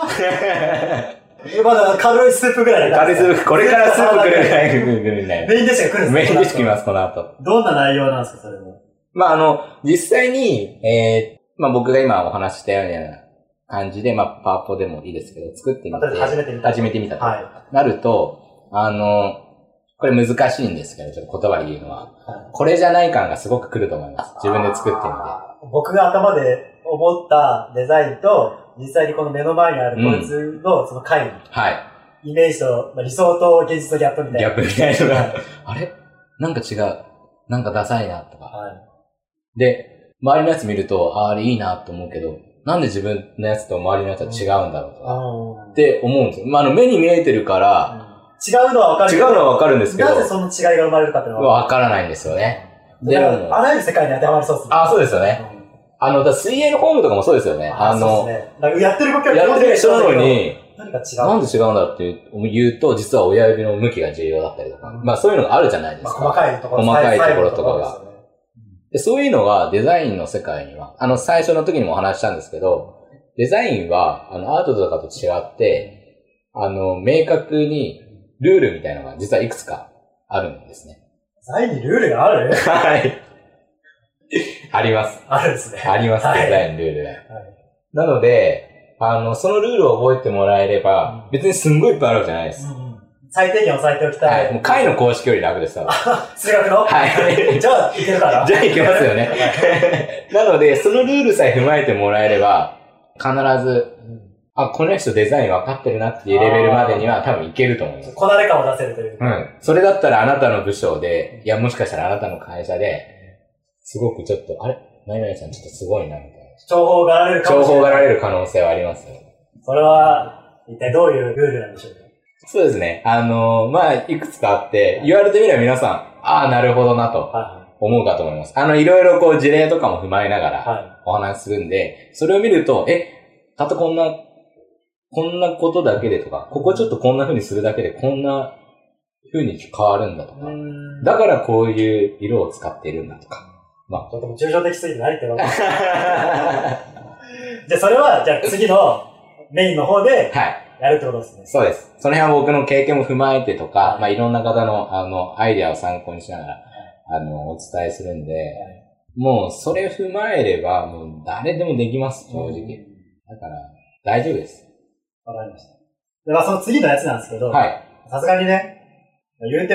まだ軽いスープぐらい軽いスープ、これからスープくるぐらいね。 メインディッシュが来るんですか？ メインディッシュ来ます、この後。 どんな内容なんですか、それも。 実際に、僕が今お話ししたような感じで、パワポでもいいですけど、作ってみて。始めてみたと。なると、これ難しいんですけど、ちょっと言葉で言うのは。これじゃない感がすごく来ると思います。自分で作ってみて。 僕が頭で思ったデザインと、実際にこの目の前にあるこいつのその回。イメージと、理想と現実のギャップみたいな。 ギャップみたいなのが、あれなんか違う。なんかダサいな、とか。で、周りのやつ見ると、あれいいなと思うけど、なんで自分のやつと周りのやつは違うんだろうとか。って思うんですよ。目に見えてるから、 違うのは分かるんですけど。 なぜその違いが生まれるかっていうのは分からないんですよね。 でも、あらゆる世界に当てはまりそうですね。 そうですよね。水泳のフォームとかもそうですよね。 そうですね。やってる動きはやってる人なのに、 何か違う。 なんで違うんだって言うと、実は親指の向きが重要だったりとか。そういうのがあるじゃないですか。 細かいところとかが。でそういうのがデザインの世界には、最初の時にもお話したんですけど、デザインは、アートとかと違って、明確にルールみたいなのが実はいくつかあるんですね。 デザインにルールがある？ はい。あります。 あるんですね。 あります、デザインルールが。なので、そのルールを覚えてもらえれば、別にすんごいいっぱいあるわけじゃないです。 最低限押さえておきたい。 もう解の公式より楽です。 数学の？じゃあ、いけるかな？ じゃあいけますよね。なので、そのルールさえ踏まえてもらえれば、必ず、この人デザイン分かってるなっていうレベルまでには多分いけると思います。 こなれ感を出せるという。 それだったらあなたの部署で、いやもしかしたらあなたの会社で、すごくちょっと、何々さんちょっとすごいな、みたいな。 重宝がられる可能性はありますよ。 それは、一体どういうルールなんでしょうか？ そうですね。いくつかあって、言われてみれば皆さん、なるほどなと思うかと思います。いろいろ事例とかも踏まえながらお話しするんで、それを見ると、たとこんなことだけでとか、ここちょっとこんな風にするだけでこんな風に変わるんだとか、だからこういう色を使っているんだとか。 とても抽象的すぎて何言ってるのか。じゃあそれは、次のメインの方で、やるってことですね。 そうです。その辺は僕の経験も踏まえてとか、いろんな方の、アイデアを参考にしながら、お伝えするんで、もうそれを踏まえれば、もう誰でもできます、正直。だから、大丈夫です。 わかりました。で、その次のやつなんですけど、さすがにね、言うても、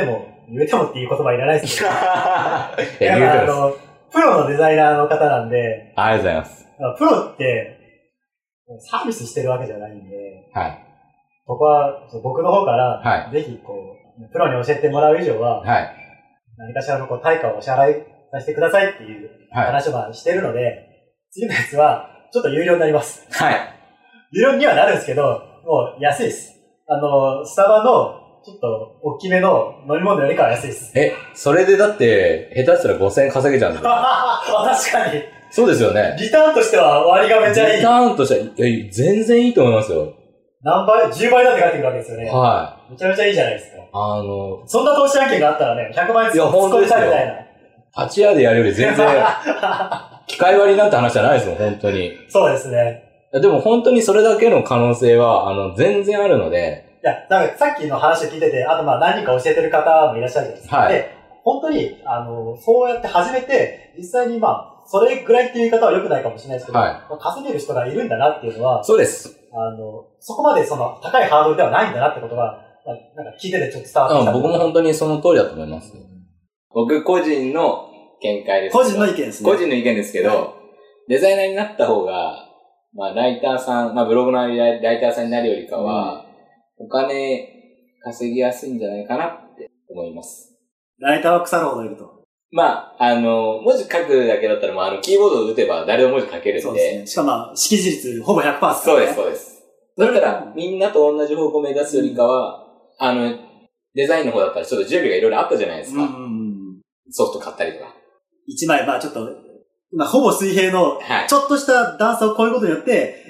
言えてもっていう言葉いらないですけど。 言うてまプロのデザイナーの方なんで、 ありがとうございます。 プロって、サービスしてるわけじゃないんで、 はい。 ここは僕の方から、 はい、 ぜひプロに教えてもらう以上は、 はい、 何かしらの対価をお支払いさせてくださいっていう話をしてるので、はい、次のやつはちょっと有料になります。 はい。 有料にはなるんですけど、もう安いです。スタバのちょっと大きめの飲み物よりかは安いです。 それでだって下手したら5000円稼げちゃうんですよ。 確かに。 そうですよね。 リターンとしては割がめちゃいい。 リターンとしては全然いいと思いますよ。 何倍 ?10 倍だって返ってくるわけですよね。 はい。 めちゃめちゃいいじゃないですか。 そんな投資案件があったらね、100万円突っ込みたいみたいな。 8夜でやるより全然、機械割りなんて話じゃないですもん、本当に。 そうですね。 でも本当にそれだけの可能性は、全然あるので。 いや、なんかさっきの話を聞いてて、あと何人か教えてる方もいらっしゃるじゃないですか。はい。で、本当に、そうやって始めて、実際にそれぐらいっていう言い方は良くないかもしれないですけど、はい、稼げる人がいるんだなっていうのは、 そうです。 そこまで高いハードルではないんだなってことが、なんか聞いててちょっと伝わってきた。 僕も本当にその通りだと思います。僕個人の見解です。 個人の意見ですね。 個人の意見ですけど、はい、デザイナーになった方が、ライターさん、ブログのライターさんになるよりかは、お金稼ぎやすいんじゃないかなって思います。 ライターは腐るほどいると。 文字書くだけだったら、キーボードを打てば誰でも文字書けるんで。 そうですね。しかも識字率ほぼ 100% ですからね。 そうです、そうです。だったら、みんなと同じ方向を目指すよりかは、デザインの方だったらちょっと準備がいろいろあったじゃないですか。ソフト買ったりとか。 一枚、ちょっと、ほぼ水平の、ちょっとした段差を超えることによって、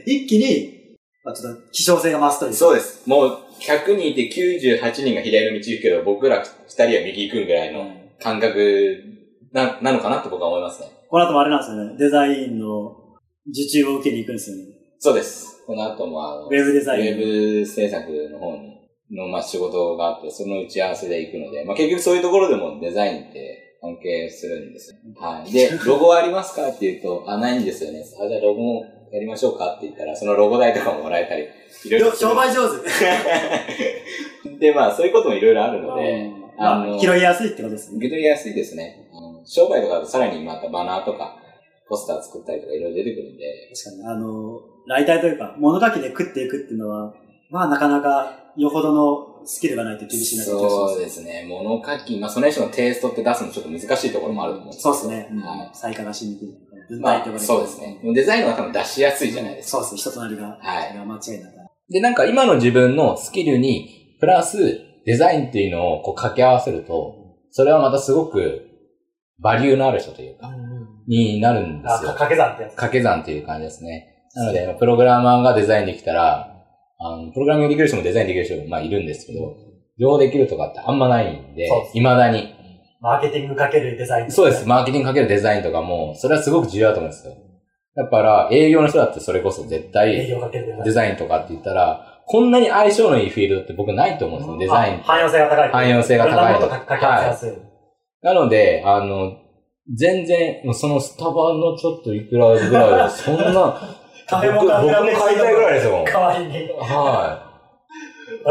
一気に、ちょっと希少性が増すという。 そうです。もう、100人いて98人が左の道行くけど、僕ら2人は右行くぐらいの感覚なのかなって僕は思いますね。 この後もあれなんですよね。デザインの受注を受けに行くんですよね。 そうです。この後もウェブデザイン。 ウェブ制作の方の仕事があって、その打ち合わせで行くので、結局そういうところでもデザインって関係するんですよ。はい。で、ロゴはありますかって言うと、ないんですよね。じゃあロゴもやりましょうかって言ったら、そのロゴ代とかももらえたり、いろいろ。 商売上手。 で、そういうこともいろいろあるので、 拾いやすいってことですね。 拾いやすいですね。商売とかだとさらにまたバナーとか、ポスター作ったりとかいろいろ出てくるんで。 確かに、ライターというか、物書きで食っていくっていうのは、なかなか、よほどのスキルがないと厳しいなって気がします。 そうですね。物書き、その人のテイストって出すのちょっと難しいところもあると思うんですけど。 そうですね。はい。再化がしにくい。 文体ってことそうですね。デザインの中も出しやすいじゃないですか。 そうですね。人となりが。はい。間違いなく。 で、今の自分のスキルに、プラス、デザインっていうのを掛け合わせると、それはまたすごく、バリューのある人というか、になるんですよ。 掛け算ってやつ。 掛け算っていう感じですね。なので、プログラマーがデザインできたら、プログラミングできる人もデザインできる人もいるんですけど、両方できるとかってあんまないんで、未だに。 マーケティングかけるデザイン。 そうです。マーケティングかけるデザインとかも、それはすごく重要だと思うんですよ。だから営業の人だってそれこそ絶対デザインとかって言ったら、こんなに相性のいいフィールドって僕ないと思うんですよ、デザイン。 汎用性が高い。 汎用性が高い。 はい。 なので、全然、そのスタバのちょっといくらぐらい、そんな、 カフェモカ僕も買いたいぐらいですもん。 代わりに。 はい。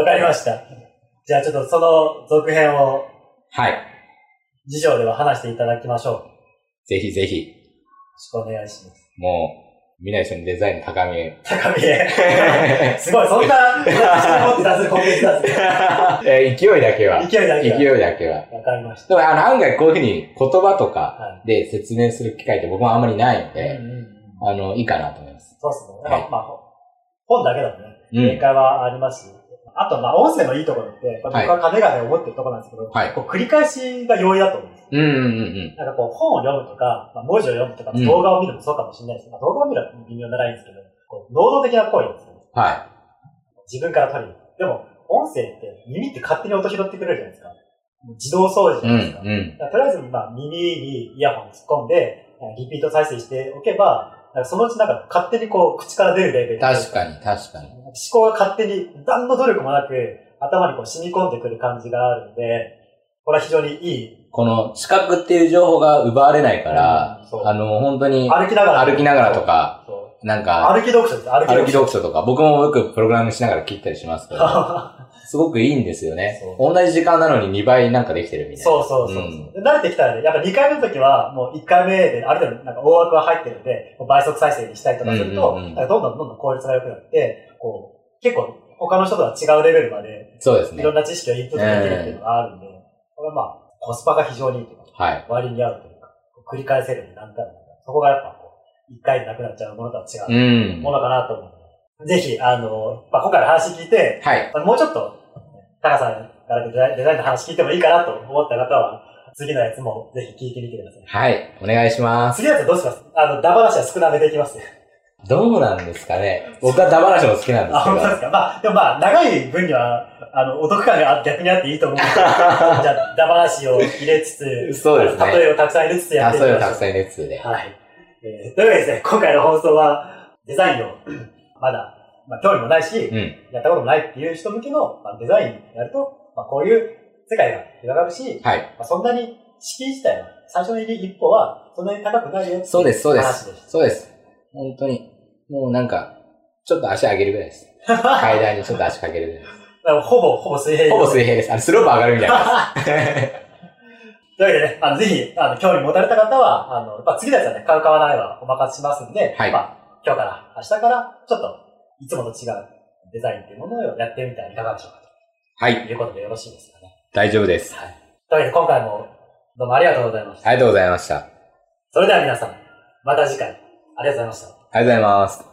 わかりました。じゃあちょっとその続編を。 はい。 次章では話していただきましょう。 ぜひぜひ。よろしくお願いします。 もう、みんな一緒にデザインの高みへ。 高みへ。すごい、そんな、自信持って出す、攻撃出す。 勢いだけは。 勢いだけは。 わかりました。 でも案外こういうふうに言葉とかで説明する機会って僕もあんまりないので、いいかなと思います。 そうですね。本だけだとね、限界はありますし。あと、音声のいいところって、僕は金がね、思ってるところなんですけど、繰り返しが容易だと思うんです。本を読むとか、文字を読むとか、動画を見るもそうかもしれないですけど、動画を見るは微妙なラインですけど、能動的な行為ですよね。 はい。 自分から取りに。でも、音声って耳って勝手に音拾ってくれるじゃないですか。自動掃除じゃないですか。とりあえず、耳にイヤホン突っ込んで、リピート再生しておけば、そのうち勝手に口から出るレベル。 確かに。思考が勝手に何の努力もなく頭に染み込んでくる感じがあるので、これは非常にいい。 この視覚っていう情報が奪われないから、本当に歩きながらとか、 なんか、 歩き読書です、 歩き読書とか、僕もよくプログラムしながら聞いたりしますけど、すごくいいんですよね。同じ時間なのに2倍なんかできてるみたいな。 そうそうそう。慣れてきたらね、やっぱ2回目の時は、もう1回目である程度なんか大枠が入ってるんで、倍速再生にしたりとかすると、どんどん効率が良くなって、こう、結構他の人とは違うレベルまで、 そうですね。 いろんな知識をインプットできるっていうのがあるんで、これはまあ、コスパが非常にいいというか、 はい。 割に合うというか、繰り返せるようになったので、そこがやっぱこう、1回でなくなっちゃうものとは違うものかなと思う。ぜひ、まあ、今回の話聞いて、 はい。 もうちょっと、タカさんからデザインの話聞いてもいいかなと思った方は、次のやつもぜひ聞いてみてください。 はい。お願いします。 次のやつどうします？ダ話は少なめでいきますね。 どうなんですかね。僕はダ話も好きなんですけど。 本当ですか。まあ、でもまあ、長い分には、お得感が逆にあっていいと思うので、じゃあ、ダ話を入れつつ、 そうですね。 例えをたくさん入れつつやっていきましょう。 例えをたくさん入れつつで。 はい。というわけでですね、今回の放送は、デザインを、まだ、興味もないし、やったこともないっていう人向けの、デザインやると、こういう世界が広がるし、 はい。 そんなに敷居自体の最初の一歩はそんなに高くないよっていう話です。 そうです、そうです。そうです。本当に。もうなんか、ちょっと足上げるぐらいです。階段にちょっと足かけるぐらいです。 ほぼ水平。 ほぼ水平です。スロープ上がるみたいな。というわけでね、ぜひ、興味持たれた方は、次のやつはね、買う買わないはお任せしますんで、 はい。 今日から明日からちょっといつもと違うデザインっていうものをやってみてはいかがでしょうかと。はい。ということでよろしいですかね。 大丈夫です。 はい。というわけで今回もどうもありがとうございました。 ありがとうございました。 それでは皆さん、また次回ありがとうございました。 ありがとうございます。